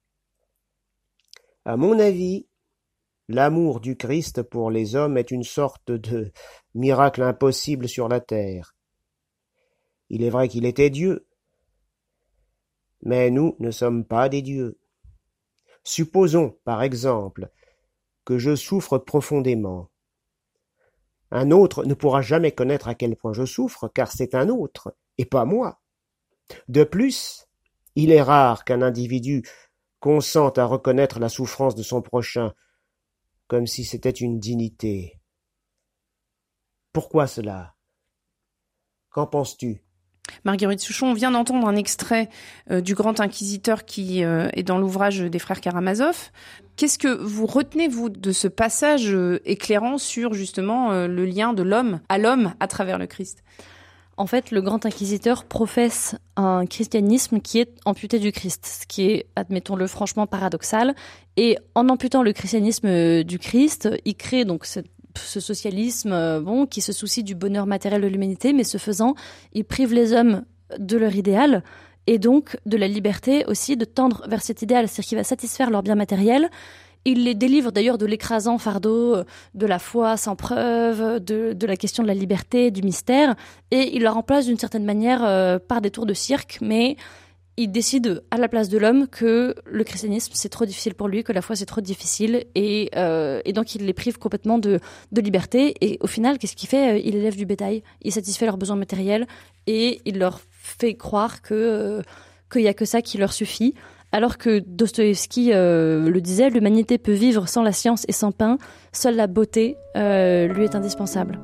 À mon avis, l'amour du Christ pour les hommes est une sorte de miracle impossible sur la terre. Il est vrai qu'il était Dieu, mais nous ne sommes pas des dieux. Supposons, par exemple, que je souffre profondément. Un autre ne pourra jamais connaître à quel point je souffre, car c'est un autre, et pas moi. De plus, il est rare qu'un individu consente à reconnaître la souffrance de son prochain, comme si c'était une dignité. Pourquoi cela ? Qu'en penses-tu ? Marguerite Souchon, on vient d'entendre un extrait euh, du Grand Inquisiteur qui euh, est dans l'ouvrage des frères Karamazov. Qu'est-ce que vous retenez, vous, de ce passage euh, éclairant sur, justement, euh, le lien de l'homme à l'homme à travers le Christ ? En fait, le Grand Inquisiteur professe un christianisme qui est amputé du Christ, ce qui est, admettons-le, franchement paradoxal. Et en amputant le christianisme du Christ, il crée donc cette ce socialisme bon, qui se soucie du bonheur matériel de l'humanité, mais ce faisant, il prive les hommes de leur idéal et donc de la liberté aussi de tendre vers cet idéal, c'est-à-dire qu'il va satisfaire leurs biens matériels. Il les délivre d'ailleurs de l'écrasant fardeau de la foi sans preuve, de, de la question de la liberté, du mystère, et il la remplace d'une certaine manière euh, par des tours de cirque, mais il décide à la place de l'homme que le christianisme c'est trop difficile pour lui, que la foi c'est trop difficile, et, euh, et donc il les prive complètement de, de liberté. Et au final, qu'est-ce qu'il fait ? Il élève du bétail, il satisfait leurs besoins matériels et il leur fait croire que euh, qu'il y a que ça qui leur suffit. Alors que Dostoïevski euh, le disait, l'humanité peut vivre sans la science et sans pain, seule la beauté euh, lui est indispensable.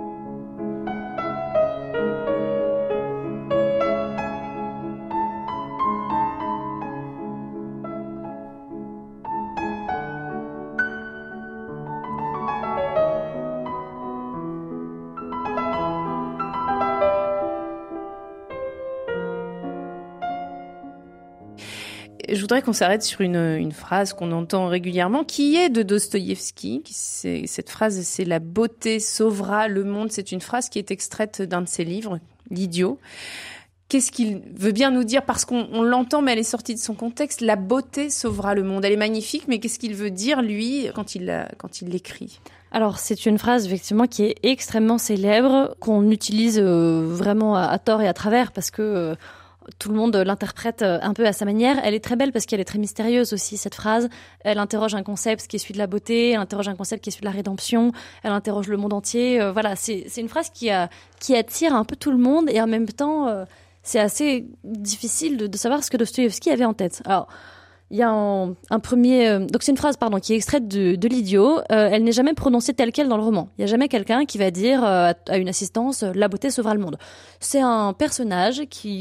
Je voudrais qu'on s'arrête sur une, une phrase qu'on entend régulièrement, qui est de Dostoïevski. C'est, cette phrase, c'est « La beauté sauvera le monde ». C'est une phrase qui est extraite d'un de ses livres, L'Idiot. Qu'est-ce qu'il veut bien nous dire ? Parce qu'on on l'entend, mais elle est sortie de son contexte. La beauté sauvera le monde. Elle est magnifique, mais qu'est-ce qu'il veut dire, lui, quand il, la, quand il l'écrit ? Alors, c'est une phrase, effectivement, qui est extrêmement célèbre, qu'on utilise euh, vraiment à, à tort et à travers, parce que... Euh, tout le monde l'interprète un peu à sa manière. Elle est très belle parce qu'elle est très mystérieuse aussi, cette phrase. Elle interroge un concept qui est celui de la beauté, elle interroge un concept qui est celui de la rédemption, elle interroge le monde entier. Euh, voilà, c'est, c'est une phrase qui, a, qui attire un peu tout le monde et en même temps, euh, c'est assez difficile de, de savoir ce que Dostoïevski avait en tête. Alors, il y a un, un premier... Euh, donc c'est une phrase pardon, qui est extraite de, de l'Idiot. Euh, elle n'est jamais prononcée telle quelle dans le roman. Il n'y a jamais quelqu'un qui va dire euh, à, à une assistance euh, « la beauté sauvera le monde ». C'est un personnage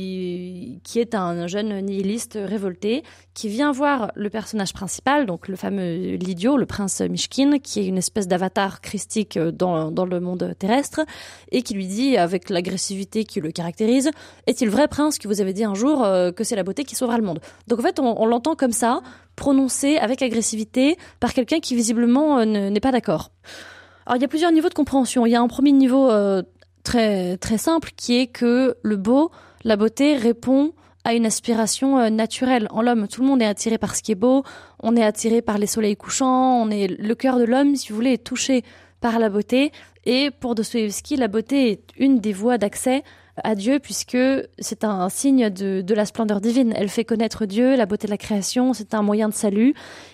qui, qui est un jeune nihiliste révolté qui vient voir le personnage principal, donc le fameux l'Idiot, le prince Mishkin, qui est une espèce d'avatar christique dans, dans le monde terrestre, et qui lui dit, avec l'agressivité qui le caractérise, « Est-il vrai, prince, que vous avez dit un jour euh, que c'est la beauté qui sauvera le monde ?» Donc en fait, on, on l'entend comme ça, prononcé avec agressivité par quelqu'un qui visiblement euh, n'est pas d'accord. Alors il y a plusieurs niveaux de compréhension. Il y a un premier niveau euh, très très simple qui est que le beau, la beauté répond à une aspiration euh, naturelle en l'homme. Tout le monde est attiré par ce qui est beau, on est attiré par les soleils couchants, on est le cœur de l'homme, si vous voulez, est touché par la beauté. Et pour Dostoïevski, la beauté est une des voies d'accès à Dieu, puisque c'est un signe de, de la splendeur divine. Elle fait connaître Dieu, la beauté de la création, c'est un moyen de salut.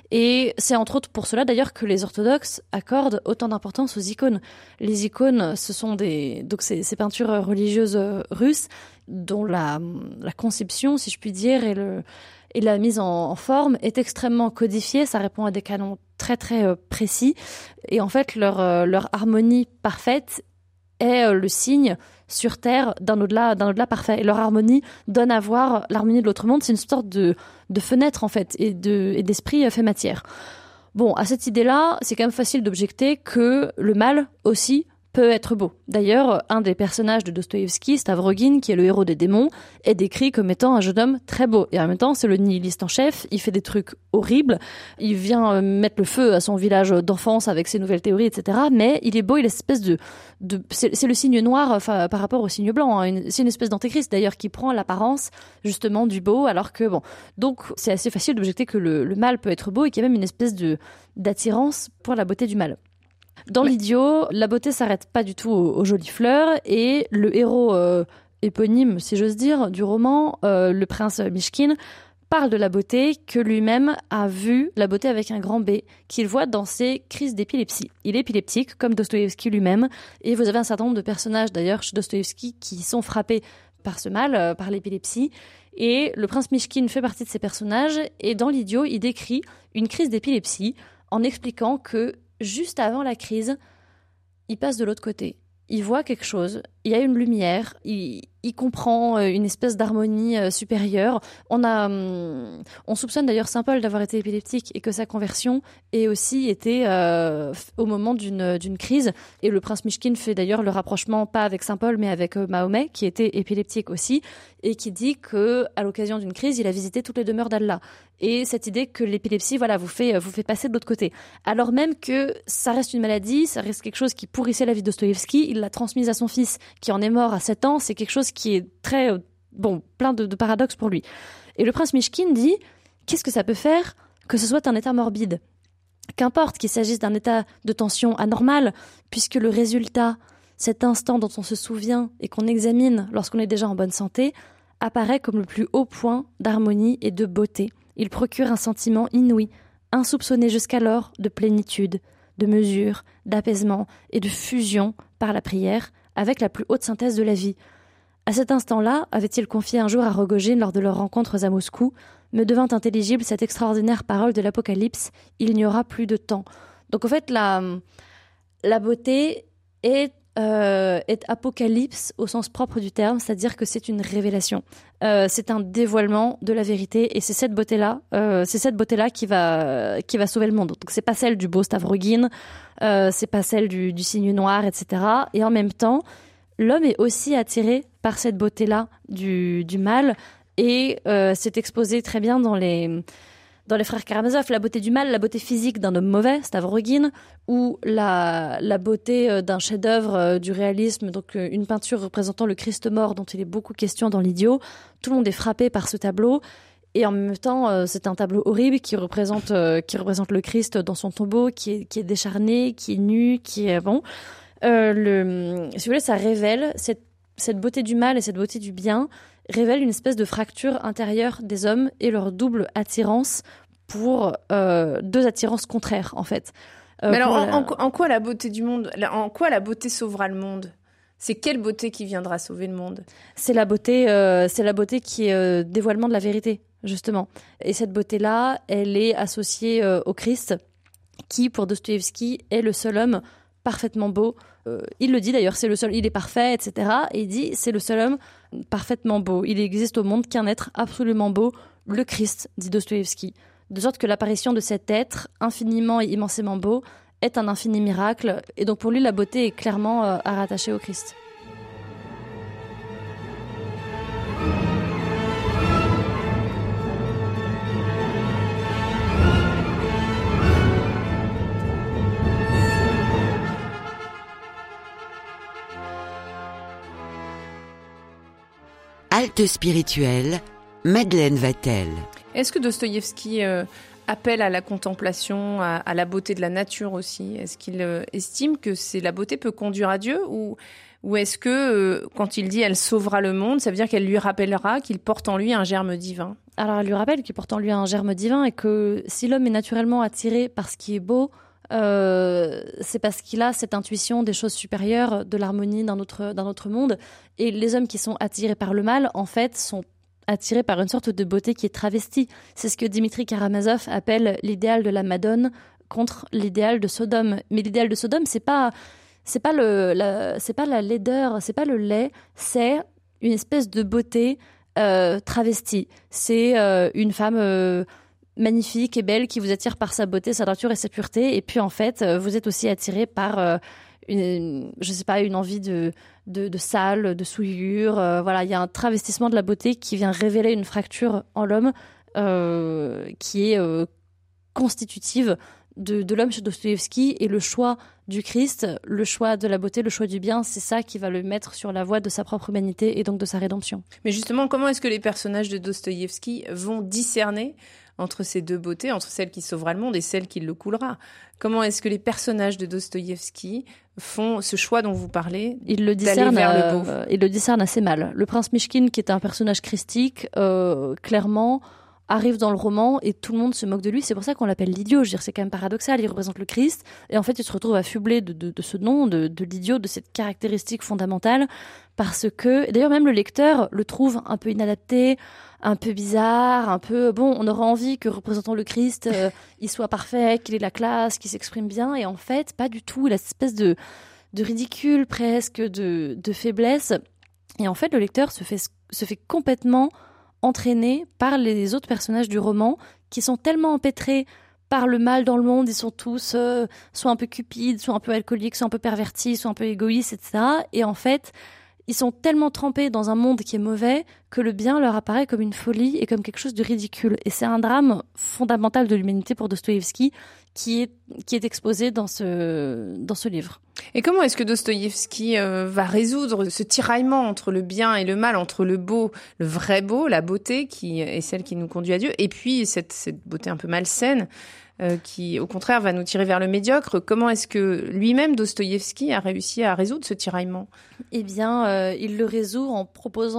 Et c'est entre autres pour cela d'ailleurs que les orthodoxes accordent autant d'importance aux icônes. Les icônes, ce sont des, donc ces, ces peintures religieuses russes dont la, la conception, si je puis dire, et, le, et la mise en, en forme est extrêmement codifiée. Ça répond à des canons très très euh, précis. Et en fait, leur, euh, leur harmonie parfaite est euh, le signe sur Terre d'un au-delà, d'un au-delà parfait. Et leur harmonie donne à voir l'harmonie de l'autre monde. C'est une sorte de, de fenêtre, en fait, et, de, et d'esprit fait matière. Bon, à cette idée-là, c'est quand même facile d'objecter que le mal aussi peut être beau. D'ailleurs, un des personnages de Dostoïevski, Stavrogin, qui est le héros des démons, est décrit comme étant un jeune homme très beau. Et en même temps, c'est le nihiliste en chef, il fait des trucs horribles, il vient mettre le feu à son village d'enfance avec ses nouvelles théories, et cetera. Mais il est beau, il est espèce de... de c'est, c'est le signe noir enfin, par rapport au signe blanc. Hein. Une, c'est une espèce d'antéchrist, d'ailleurs, qui prend l'apparence, justement, du beau, alors que, bon... Donc, c'est assez facile d'objecter que le, le mal peut être beau et qu'il y a même une espèce de, d'attirance pour la beauté du mal. Dans ouais. l'Idiot, la beauté s'arrête pas du tout aux, aux jolies fleurs et le héros euh, éponyme, si j'ose dire, du roman, euh, le prince Mishkin, parle de la beauté que lui-même a vu, la beauté avec un grand B, qu'il voit dans ses crises d'épilepsie. Il est épileptique, comme Dostoïevski lui-même, et vous avez un certain nombre de personnages, d'ailleurs, chez Dostoïevski, qui sont frappés par ce mal, euh, par l'épilepsie. Et le prince Mishkin fait partie de ces personnages, et dans l'Idiot, il décrit une crise d'épilepsie en expliquant que juste avant la crise, il passe de l'autre côté. Il voit quelque chose, il y a une lumière, il, il comprend une espèce d'harmonie supérieure. On a, on soupçonne d'ailleurs Saint Paul d'avoir été épileptique et que sa conversion ait aussi été euh, au moment d'une, d'une crise. Et le prince Mishkin fait d'ailleurs le rapprochement pas avec Saint Paul mais avec Mahomet qui était épileptique aussi et qui dit que à l'occasion d'une crise, il a visité toutes les demeures d'Allah. Et cette idée que l'épilepsie, voilà, vous fait, vous fait passer de l'autre côté. Alors même que ça reste une maladie, ça reste quelque chose qui pourrissait la vie de Dostoïevski, il l'a transmise à son fils qui en est mort à sept ans, c'est quelque chose qui est très, bon, plein de, de paradoxes pour lui. Et le prince Mishkin dit, qu'est-ce que ça peut faire que ce soit un état morbide ? Qu'importe qu'il s'agisse d'un état de tension anormal, puisque le résultat, cet instant dont on se souvient et qu'on examine lorsqu'on est déjà en bonne santé, apparaît comme le plus haut point d'harmonie et de beauté. Il procure un sentiment inouï, insoupçonné jusqu'alors de plénitude, de mesure, d'apaisement et de fusion par la prière avec la plus haute synthèse de la vie. À cet instant-là, avait-il confié un jour à Rogojin lors de leurs rencontres à Moscou, me devint intelligible cette extraordinaire parole de l'Apocalypse, il n'y aura plus de temps. Donc en fait, la, la beauté est, euh, est apocalypse au sens propre du terme, c'est-à-dire que c'est une révélation. Euh, c'est un dévoilement de la vérité et c'est cette beauté-là, euh, c'est cette beauté-là qui va, qui va sauver le monde. Donc c'est pas celle du beau Stavrogin, euh, c'est pas celle du, du cygne noir, et cetera. Et en même temps, l'homme est aussi attiré par cette beauté-là du, du mal et euh, c'est exposé très bien dans les, dans les frères Karamazov, la beauté du mal, la beauté physique d'un homme mauvais, Stavrogin, ou la, la beauté d'un chef-d'œuvre euh, du réalisme, donc euh, une peinture représentant le Christ mort dont il est beaucoup question dans l'Idiot. Tout le monde est frappé par ce tableau et en même temps euh, c'est un tableau horrible qui représente, euh, qui représente le Christ dans son tombeau, qui est, qui est décharné, qui est nu, qui est bon. Euh, le, si vous voulez, ça révèle cette, cette beauté du mal et cette beauté du bien révèle une espèce de fracture intérieure des hommes et leur double attirance pour euh, deux attirances contraires en fait. Euh, Mais alors, en, la... en, en quoi la beauté du monde, en quoi la beauté sauvera le monde ? C'est quelle beauté qui viendra sauver le monde ? C'est la beauté, euh, c'est la beauté qui est euh, dévoilement de la vérité justement. Et cette beauté-là, elle est associée euh, au Christ, qui pour Dostoïevski est le seul homme parfaitement beau. Euh, il le dit d'ailleurs, c'est le seul, il est parfait, et cetera. Et il dit, c'est le seul homme parfaitement beau. Il existe au monde qu'un être absolument beau, le Christ, dit Dostoïevski. De sorte que l'apparition de cet être infiniment et immensément beau est un infini miracle. Et donc pour lui, la beauté est clairement euh, à rattacher au Christ. Halte spirituelle, Madeleine Vatel. Est-ce que Dostoïevski euh, appelle à la contemplation, à, à la beauté de la nature aussi ? Est-ce qu'il euh, estime que c'est, la beauté peut conduire à Dieu ou, ou est-ce que, euh, quand il dit « elle sauvera le monde », ça veut dire qu'elle lui rappellera qu'il porte en lui un germe divin ? Alors elle lui rappelle qu'il porte en lui un germe divin et que si l'homme est naturellement attiré par ce qui est beau, Euh, c'est parce qu'il a cette intuition des choses supérieures, de l'harmonie d'un autre, d'un autre monde. Et les hommes qui sont attirés par le mal, en fait, sont attirés par une sorte de beauté qui est travestie. C'est ce que Dimitri Karamazov appelle l'idéal de la Madone contre l'idéal de Sodome. Mais l'idéal de Sodome, c'est pas, c'est pas le, la, c'est pas la laideur, c'est pas le lait, c'est une espèce de beauté euh, travestie. C'est euh, une femme euh, magnifique et belle qui vous attire par sa beauté, sa nature et sa pureté. Et puis en fait, vous êtes aussi attiré par euh, une, je sais pas, une envie de de, de sale, de souillure. Euh, voilà, il y a un travestissement de la beauté qui vient révéler une fracture en l'homme euh, qui est euh, constitutive de, de l'homme chez Dostoïevski. Et le choix du Christ, le choix de la beauté, le choix du bien, c'est ça qui va le mettre sur la voie de sa propre humanité et donc de sa rédemption. Mais justement, comment est-ce que les personnages de Dostoïevski vont discerner entre ces deux beautés, entre celle qui sauvera le monde et celle qui le coulera? Comment est-ce que les personnages de Dostoïevski font ce choix dont vous parlez, il le d'aller discerne, vers le beau? euh, il le discerne assez mal. Le prince Mishkin, qui est un personnage christique, euh, clairement arrive dans le roman et tout le monde se moque de lui. C'est pour ça qu'on l'appelle l'idiot. Je veux dire, c'est quand même paradoxal. Il représente le Christ et en fait, il se retrouve affublé de, de, de ce nom, de, de l'idiot, de cette caractéristique fondamentale, parce que, d'ailleurs, même le lecteur le trouve un peu inadapté, un peu bizarre, un peu, bon, on aurait envie que représentant le Christ, euh, il soit parfait, qu'il ait la classe, qu'il s'exprime bien, et en fait, pas du tout. Il a cette espèce de, de ridicule presque, de, de faiblesse. Et en fait, le lecteur se fait, se fait complètement entraîné par les autres personnages du roman qui sont tellement empêtrés par le mal dans le monde. Ils sont tous euh, soit un peu cupides, soit un peu alcooliques, soit un peu pervertis, soit un peu égoïstes, et cetera. Et en fait, ils sont tellement trempés dans un monde qui est mauvais que le bien leur apparaît comme une folie et comme quelque chose de ridicule. Et c'est un drame fondamental de l'humanité pour Dostoïevski qui est, qui est exposé dans ce, dans ce livre. Et comment est-ce que Dostoïevski euh, va résoudre ce tiraillement entre le bien et le mal, entre le beau, le vrai beau, la beauté qui est celle qui nous conduit à Dieu, et puis cette, cette beauté un peu malsaine euh, qui, au contraire, va nous tirer vers le médiocre? Comment est-ce que lui-même, Dostoïevski, a réussi à résoudre ce tiraillement? Eh bien, euh, il le résout en proposant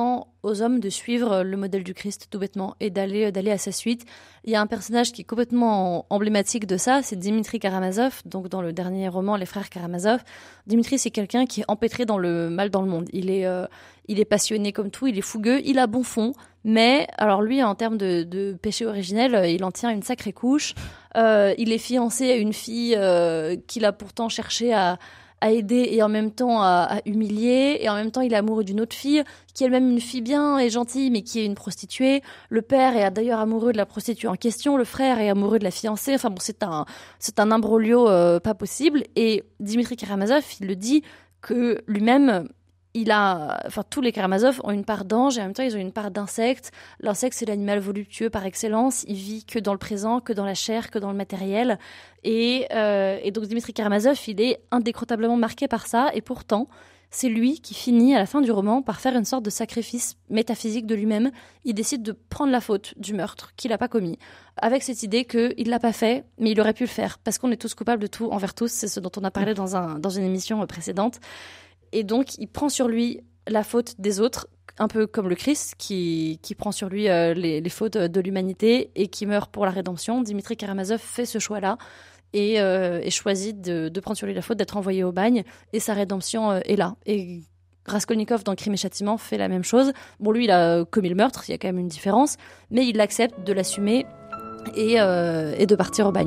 aux hommes de suivre le modèle du Christ tout bêtement et d'aller d'aller à sa suite. Il y a un personnage qui est complètement emblématique de ça, c'est Dimitri Karamazov, donc dans le dernier roman Les Frères Karamazov. Dimitri, c'est quelqu'un qui est empêtré dans le mal dans le monde. Il est euh, il est passionné comme tout, il est fougueux, il a bon fond, mais alors lui, en termes de, de péché originel, il en tient une sacrée couche. Euh, il est fiancé à une fille euh, qu'il a pourtant cherché à à aider et en même temps à, à humilier, et en même temps il est amoureux d'une autre fille qui est elle-même une fille bien et gentille mais qui est une prostituée. Le père est d'ailleurs amoureux de la prostituée en question, le frère est amoureux de la fiancée. Enfin bon, c'est un c'est un imbroglio euh, pas possible. Et Dimitri Karamazov, il le dit que lui-même, il a, enfin, tous les Karamazov ont une part d'ange et en même temps ils ont une part d'insecte. L'insecte, c'est l'animal voluptueux par excellence. Il vit que dans le présent, que dans la chair, que dans le matériel. Et, euh, et donc Dimitri Karamazov, il est indécrottable marqué par ça. Et pourtant, c'est lui qui finit à la fin du roman par faire une sorte de sacrifice métaphysique de lui-même. Il décide de prendre la faute du meurtre qu'il n'a pas commis, avec cette idée qu'il l'a pas fait, mais il aurait pu le faire, parce qu'on est tous coupables de tout envers tous. C'est ce dont on a parlé dans un dans une émission précédente. Et donc, il prend sur lui la faute des autres, un peu comme le Christ, qui, qui prend sur lui euh, les, les fautes de l'humanité et qui meurt pour la rédemption. Dimitri Karamazov fait ce choix-là et, euh, et choisit de, de prendre sur lui la faute, d'être envoyé au bagne, et sa rédemption euh, est là. Et Raskolnikov, dans Crime et Châtiment, fait la même chose. Bon, lui, il a commis le meurtre, il y a quand même une différence, mais il accepte de l'assumer et, euh, et de partir au bagne.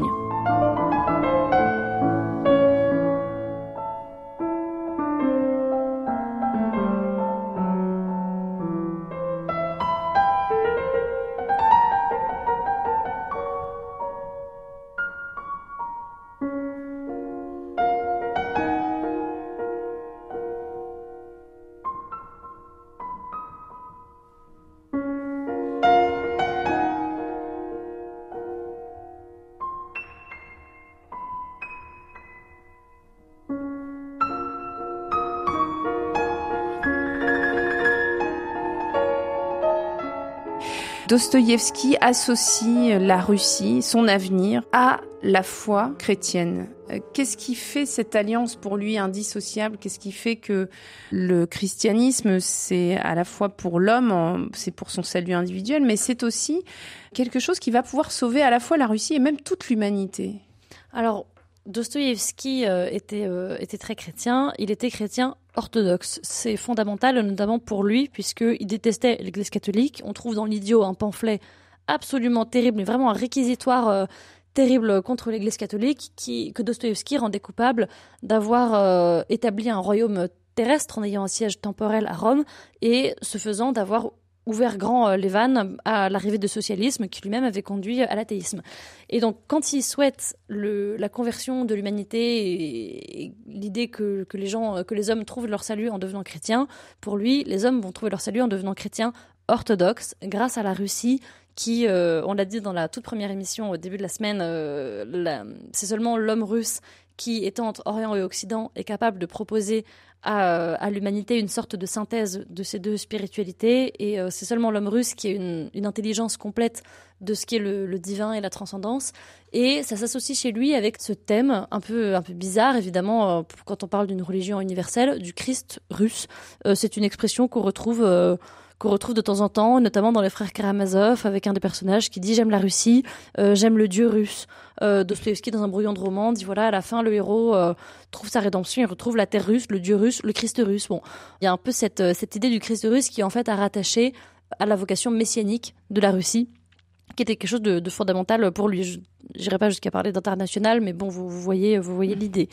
Dostoïevski associe la Russie, son avenir, à la foi chrétienne. Qu'est-ce qui fait cette alliance pour lui indissociable ? Qu'est-ce qui fait que le christianisme, c'est à la fois pour l'homme, c'est pour son salut individuel, mais c'est aussi quelque chose qui va pouvoir sauver à la fois la Russie et même toute l'humanité ? Alors, Dostoïevski euh, était, euh, était très chrétien. Il était chrétien orthodoxe. C'est fondamental, notamment pour lui, puisqu'il détestait l'Église catholique. On trouve dans l'Idiot un pamphlet absolument terrible, mais vraiment un réquisitoire euh, terrible contre l'Église catholique, qui, que Dostoïevski rendait coupable d'avoir euh, établi un royaume terrestre en ayant un siège temporel à Rome, et ce faisant d'avoir ouvert grand euh, les vannes à l'arrivée du socialisme qui lui-même avait conduit à l'athéisme. Et donc, quand il souhaite le, la conversion de l'humanité et, et l'idée que, que les gens, que les hommes trouvent leur salut en devenant chrétiens, pour lui, les hommes vont trouver leur salut en devenant chrétiens orthodoxes grâce à la Russie qui, euh, on l'a dit dans la toute première émission au début de la semaine, euh, la, c'est seulement l'homme russe qui, étant entre Orient et Occident, est capable de proposer à, à l'humanité une sorte de synthèse de ces deux spiritualités. Et euh, c'est seulement l'homme russe qui a une, une intelligence complète de ce qu'est le, le divin et la transcendance. Et ça s'associe chez lui avec ce thème un peu, un peu bizarre, évidemment, euh, quand on parle d'une religion universelle, du Christ russe. Euh, c'est une expression qu'on retrouve... Euh, qu'on retrouve de temps en temps, notamment dans les frères Karamazov, avec un des personnages qui dit « j'aime la Russie, euh, j'aime le dieu russe euh, ». Dostoïevski, dans un brouillon de roman, dit voilà, à la fin, le héros euh, trouve sa rédemption, il retrouve la terre russe, le dieu russe, le Christ russe. Bon, il y a un peu cette, cette idée du Christ russe qui, en fait, a rattaché à la vocation messianique de la Russie, qui était quelque chose de, de fondamental pour lui. Je n'irai pas jusqu'à parler d'international, mais bon, vous, vous voyez, vous voyez l'idée.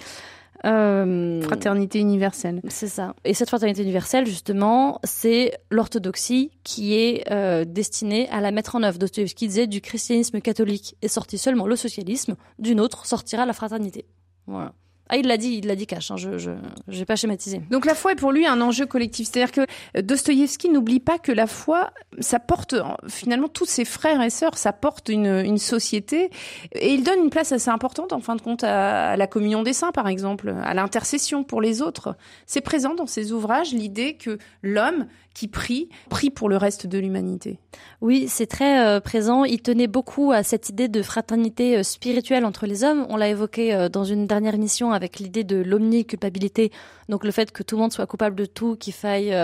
Euh, fraternité universelle. C'est ça. Et cette fraternité universelle, justement, c'est l'orthodoxie qui est euh, destinée à la mettre en œuvre. Dostoïevski disait, du christianisme catholique est sorti seulement le socialisme, d'une autre sortira la fraternité. Voilà. Ah, il l'a dit, il l'a dit cash, hein, je, je, j'ai pas schématisé. Donc la foi est pour lui un enjeu collectif. C'est-à-dire que Dostoïevski n'oublie pas que la foi, ça porte finalement tous ses frères et sœurs, ça porte une, une société. Et il donne une place assez importante, en fin de compte, à, à la communion des saints, par exemple, à l'intercession pour les autres. C'est présent dans ses ouvrages, l'idée que l'homme qui prie, prie pour le reste de l'humanité. Oui, c'est très euh, présent. Il tenait beaucoup à cette idée de fraternité euh, spirituelle entre les hommes. On l'a évoqué euh, dans une dernière émission avec l'idée de l'omniculpabilité, donc le fait que tout le monde soit coupable de tout, qu'il faille euh,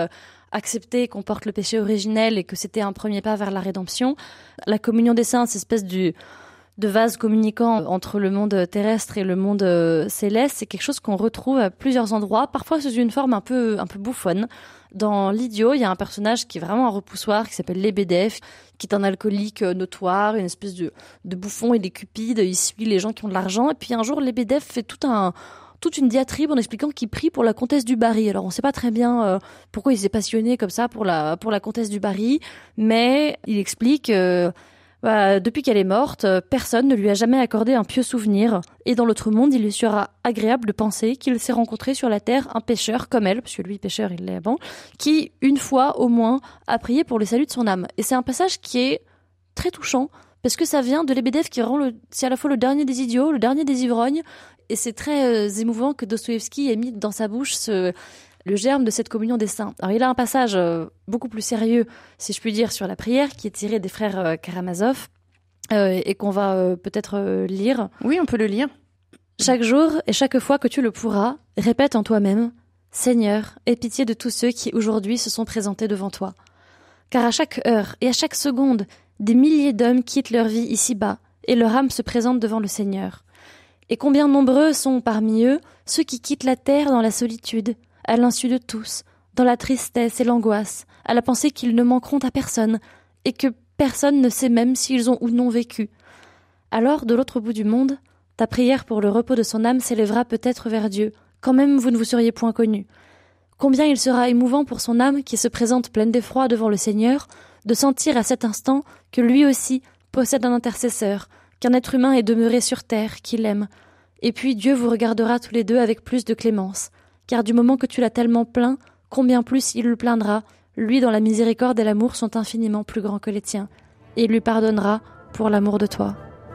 accepter qu'on porte le péché originel et que c'était un premier pas vers la rédemption. La communion des saints, cette espèce du, de vase communicant entre le monde terrestre et le monde céleste, c'est quelque chose qu'on retrouve à plusieurs endroits, parfois sous une forme un peu, un peu bouffonne. Dans l'Idiot, il y a un personnage qui est vraiment un repoussoir, qui s'appelle Lebedev, qui est un alcoolique notoire, une espèce de, de bouffon, il est cupide, il suit les gens qui ont de l'argent. Et puis un jour, Lebedev fait tout un, toute une diatribe en expliquant qu'il prie pour la comtesse du Barry. Alors on ne sait pas très bien euh, pourquoi il s'est passionné comme ça pour la, pour la comtesse du Barry, mais il explique... Euh, Bah, depuis qu'elle est morte, personne ne lui a jamais accordé un pieux souvenir. Et dans l'autre monde, il lui sera agréable de penser qu'il s'est rencontré sur la terre un pécheur comme elle, parce que lui, pécheur, il l'est avant, qui, une fois au moins, a prié pour le salut de son âme. Et c'est un passage qui est très touchant, parce que ça vient de Lebedev qui rend le, c'est à la fois le dernier des idiots, le dernier des ivrognes, et c'est très euh, émouvant que Dostoïevski ait mis dans sa bouche ce... le germe de cette communion des saints. Alors il a un passage euh, beaucoup plus sérieux, si je puis dire, sur la prière, qui est tiré des frères euh, Karamazov, euh, et qu'on va euh, peut-être euh, lire. Oui, on peut le lire. Chaque jour et chaque fois que tu le pourras, répète en toi-même « Seigneur, aie pitié de tous ceux qui aujourd'hui se sont présentés devant toi. Car à chaque heure et à chaque seconde, des milliers d'hommes quittent leur vie ici-bas, et leur âme se présente devant le Seigneur. Et combien nombreux sont parmi eux ceux qui quittent la terre dans la solitude, à l'insu de tous, dans la tristesse et l'angoisse, à la pensée qu'ils ne manqueront à personne, et que personne ne sait même s'ils ont ou non vécu. Alors, de l'autre bout du monde, ta prière pour le repos de son âme s'élèvera peut-être vers Dieu, quand même vous ne vous seriez point connus. Combien il sera émouvant pour son âme qui se présente pleine d'effroi devant le Seigneur, de sentir à cet instant que lui aussi possède un intercesseur, qu'un être humain est demeuré sur terre, qu'il aime. Et puis Dieu vous regardera tous les deux avec plus de clémence. Car du moment que tu l'as tellement plaint, combien plus il le plaindra, lui dont la miséricorde et l'amour sont infiniment plus grands que les tiens, et il lui pardonnera pour l'amour de toi.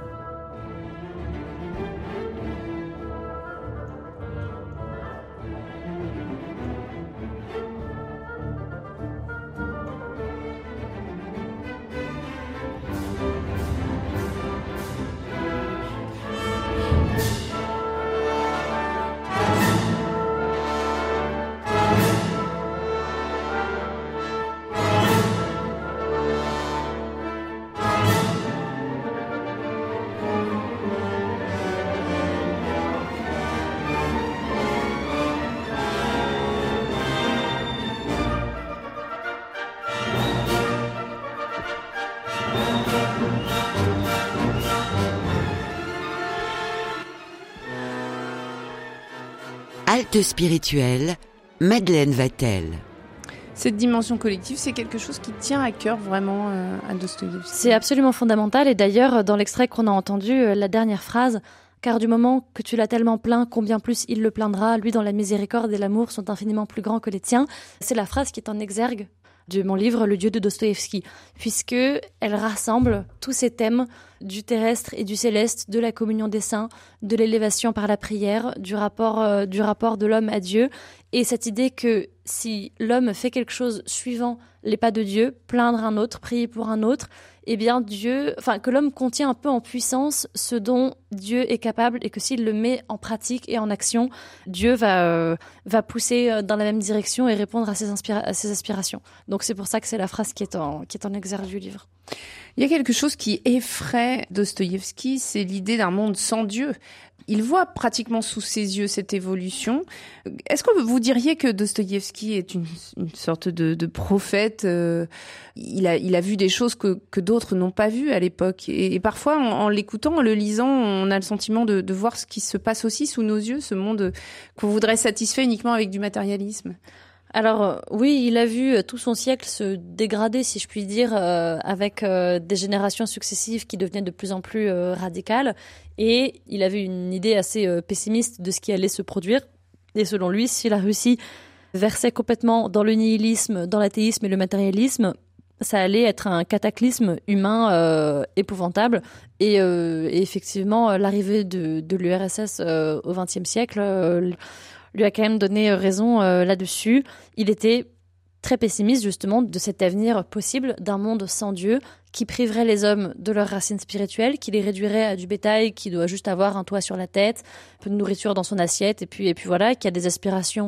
Halte spirituelle, Madeleine Vatel. Cette dimension collective, c'est quelque chose qui tient à cœur vraiment euh, à Dostoïevski. C'est absolument fondamental. Et d'ailleurs, dans l'extrait qu'on a entendu, euh, la dernière phrase, « Car du moment que tu l'as tellement plaint, combien plus il le plaindra, lui dont la miséricorde et l'amour sont infiniment plus grands que les tiens », c'est la phrase qui est en exergue de mon livre « Le Dieu de Dostoïevski », puisque elle rassemble tous ces thèmes du terrestre et du céleste, de la communion des saints, de l'élévation par la prière, du rapport, euh, du rapport de l'homme à Dieu, et cette idée que si l'homme fait quelque chose suivant les pas de Dieu, plaindre un autre, prier pour un autre, eh bien Dieu, enfin que l'homme contient un peu en puissance ce dont Dieu est capable, et que s'il le met en pratique et en action, Dieu va euh, va pousser dans la même direction et répondre à ses, inspira- à ses aspirations. Donc c'est pour ça que c'est la phrase qui est en qui est en exergue du livre. Il y a quelque chose qui effraie Dostoïevski, c'est l'idée d'un monde sans Dieu. Il voit pratiquement sous ses yeux cette évolution. Est-ce que vous diriez que Dostoïevski est une, une sorte de, de prophète euh, il a, il a vu des choses que, que d'autres n'ont pas vues à l'époque. Et, et parfois, en, en l'écoutant, en le lisant, on a le sentiment de, de voir ce qui se passe aussi sous nos yeux, ce monde qu'on voudrait satisfaire uniquement avec du matérialisme. Alors oui, il a vu tout son siècle se dégrader, si je puis dire, euh, avec euh, des générations successives qui devenaient de plus en plus euh, radicales, et il avait une idée assez euh, pessimiste de ce qui allait se produire. Et selon lui, si la Russie versait complètement dans le nihilisme, dans l'athéisme et le matérialisme, ça allait être un cataclysme humain euh, épouvantable. Et, euh, et effectivement, l'arrivée de, de l'U R S S euh, au vingtième siècle euh, lui a quand même donné raison euh, là-dessus. Il était très pessimiste justement de cet avenir possible d'un monde sans Dieu qui priverait les hommes de leurs racines spirituelles, qui les réduirait à du bétail qui doit juste avoir un toit sur la tête, un peu de nourriture dans son assiette, et puis, et puis voilà, qui a des aspirations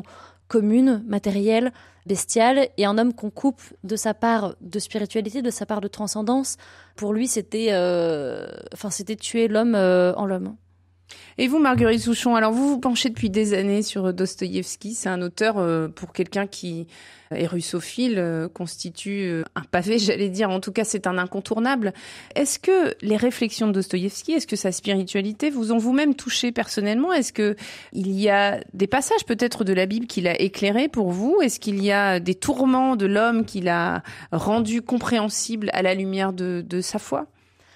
commune, matérielle, bestiale, et un homme qu'on coupe de sa part de spiritualité, de sa part de transcendance. Pour lui, c'était, euh, enfin, c'était tuer l'homme euh, en l'homme. Et vous, Marguerite Souchon, alors vous vous penchez depuis des années sur Dostoïevski. C'est un auteur, euh, pour quelqu'un qui est russophile, euh, constitue euh, un pavé, j'allais dire. En tout cas, c'est un incontournable. Est-ce que les réflexions de Dostoïevski, est-ce que sa spiritualité vous ont vous-même touché personnellement? Est-ce que il y a des passages peut-être de la Bible qu'il a éclairés pour vous? Est-ce qu'il y a des tourments de l'homme qu'il a rendu compréhensible à la lumière de, de sa foi?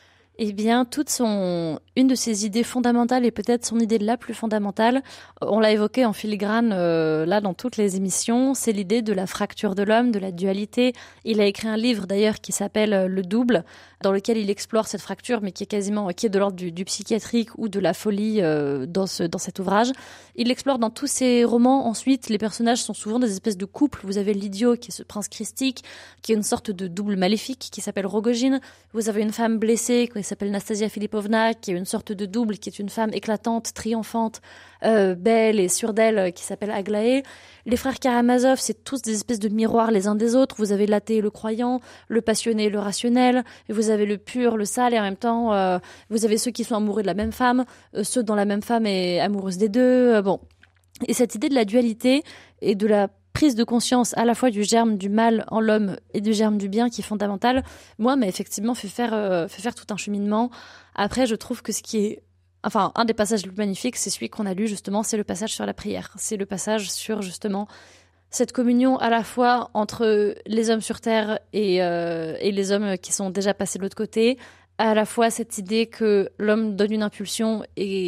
Eh bien, toute son, une de ses idées fondamentales et peut-être son idée la plus fondamentale, on l'a évoqué en filigrane euh, là dans toutes les émissions, c'est l'idée de la fracture de l'homme, de la dualité. Il a écrit un livre d'ailleurs qui s'appelle Le Double, dans lequel il explore cette fracture, mais qui est quasiment, qui est de l'ordre du, du psychiatrique ou de la folie euh, dans ce, dans cet ouvrage. Il l'explore dans tous ses romans. Ensuite, les personnages sont souvent des espèces de couples. Vous avez l'idiot qui est ce prince christique, qui est une sorte de double maléfique qui s'appelle Rogojine. Vous avez une femme blessée qui s'appelle Nastasia Filipovna, qui est une sorte de double, qui est une femme éclatante, triomphante, euh, belle et sûre d'elle, qui s'appelle Aglaé. Les frères Karamazov, c'est tous des espèces de miroirs les uns des autres. Vous avez l'athée et le croyant, le passionné et le rationnel, et vous avez le pur, le sale, et en même temps, euh, vous avez ceux qui sont amoureux de la même femme, euh, ceux dont la même femme est amoureuse des deux. Euh, bon. Et cette idée de la dualité et de la prise de conscience à la fois du germe du mal en l'homme et du germe du bien qui est fondamental, moi, m'a effectivement fait faire, euh, fait faire tout un cheminement. Après, je trouve que ce qui est, enfin, un des passages les plus magnifiques, c'est celui qu'on a lu justement, c'est le passage sur la prière. C'est le passage sur justement cette communion à la fois entre les hommes sur terre et, euh, et les hommes qui sont déjà passés de l'autre côté, à la fois cette idée que l'homme donne une impulsion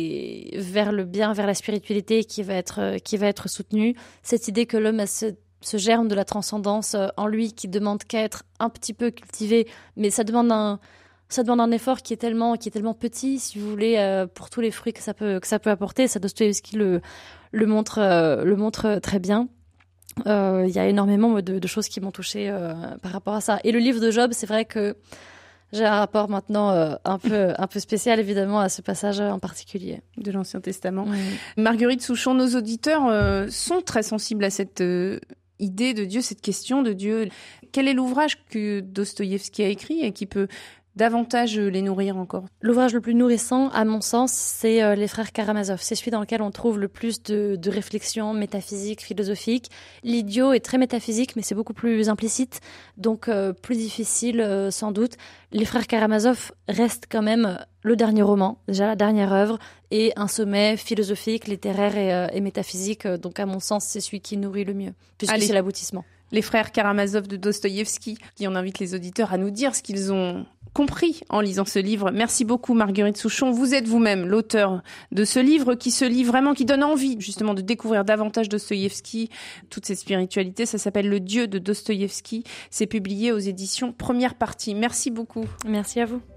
et vers le bien, vers la spiritualité qui va être, qui va être soutenue, cette idée que l'homme a ce, ce germe de la transcendance en lui qui demande qu'à être un petit peu cultivé, mais ça demande un, ça demande un effort qui est tellement, qui est tellement petit, si vous voulez, euh, pour tous les fruits que ça peut, que ça peut apporter. Ça, Dostoïevski le, le montre, euh, le montre très bien. Il euh, y a énormément de, de choses qui m'ont touchée euh, par rapport à ça. Et le livre de Job, c'est vrai que j'ai un rapport maintenant euh, un peu un peu spécial évidemment à ce passage en particulier de l'Ancien Testament. Oui. Marguerite Souchon, nos auditeurs euh, sont très sensibles à cette euh, idée de Dieu, cette question de Dieu. Quel est l'ouvrage que Dostoïevski a écrit et qui peut davantage les nourrir encore? L'ouvrage le plus nourrissant, à mon sens, c'est euh, Les Frères Karamazov. C'est celui dans lequel on trouve le plus de, de réflexions métaphysiques, philosophiques. L'idiot est très métaphysique, mais c'est beaucoup plus implicite, donc euh, plus difficile euh, sans doute. Les Frères Karamazov restent quand même le dernier roman, déjà la dernière œuvre, et un sommet philosophique, littéraire et, euh, et métaphysique. Donc à mon sens, c'est celui qui nourrit le mieux, puisque Allez. C'est l'aboutissement. Les Frères Karamazov de Dostoïevski, qui on invite les auditeurs à nous dire ce qu'ils ont compris en lisant ce livre. Merci beaucoup Marguerite Souchon. Vous êtes vous-même l'auteur de ce livre qui se lit vraiment, qui donne envie justement de découvrir davantage Dostoïevski, toute cette spiritualité. Ça s'appelle Le Dieu de Dostoïevski. C'est publié aux éditions Première Partie. Merci beaucoup. Merci à vous.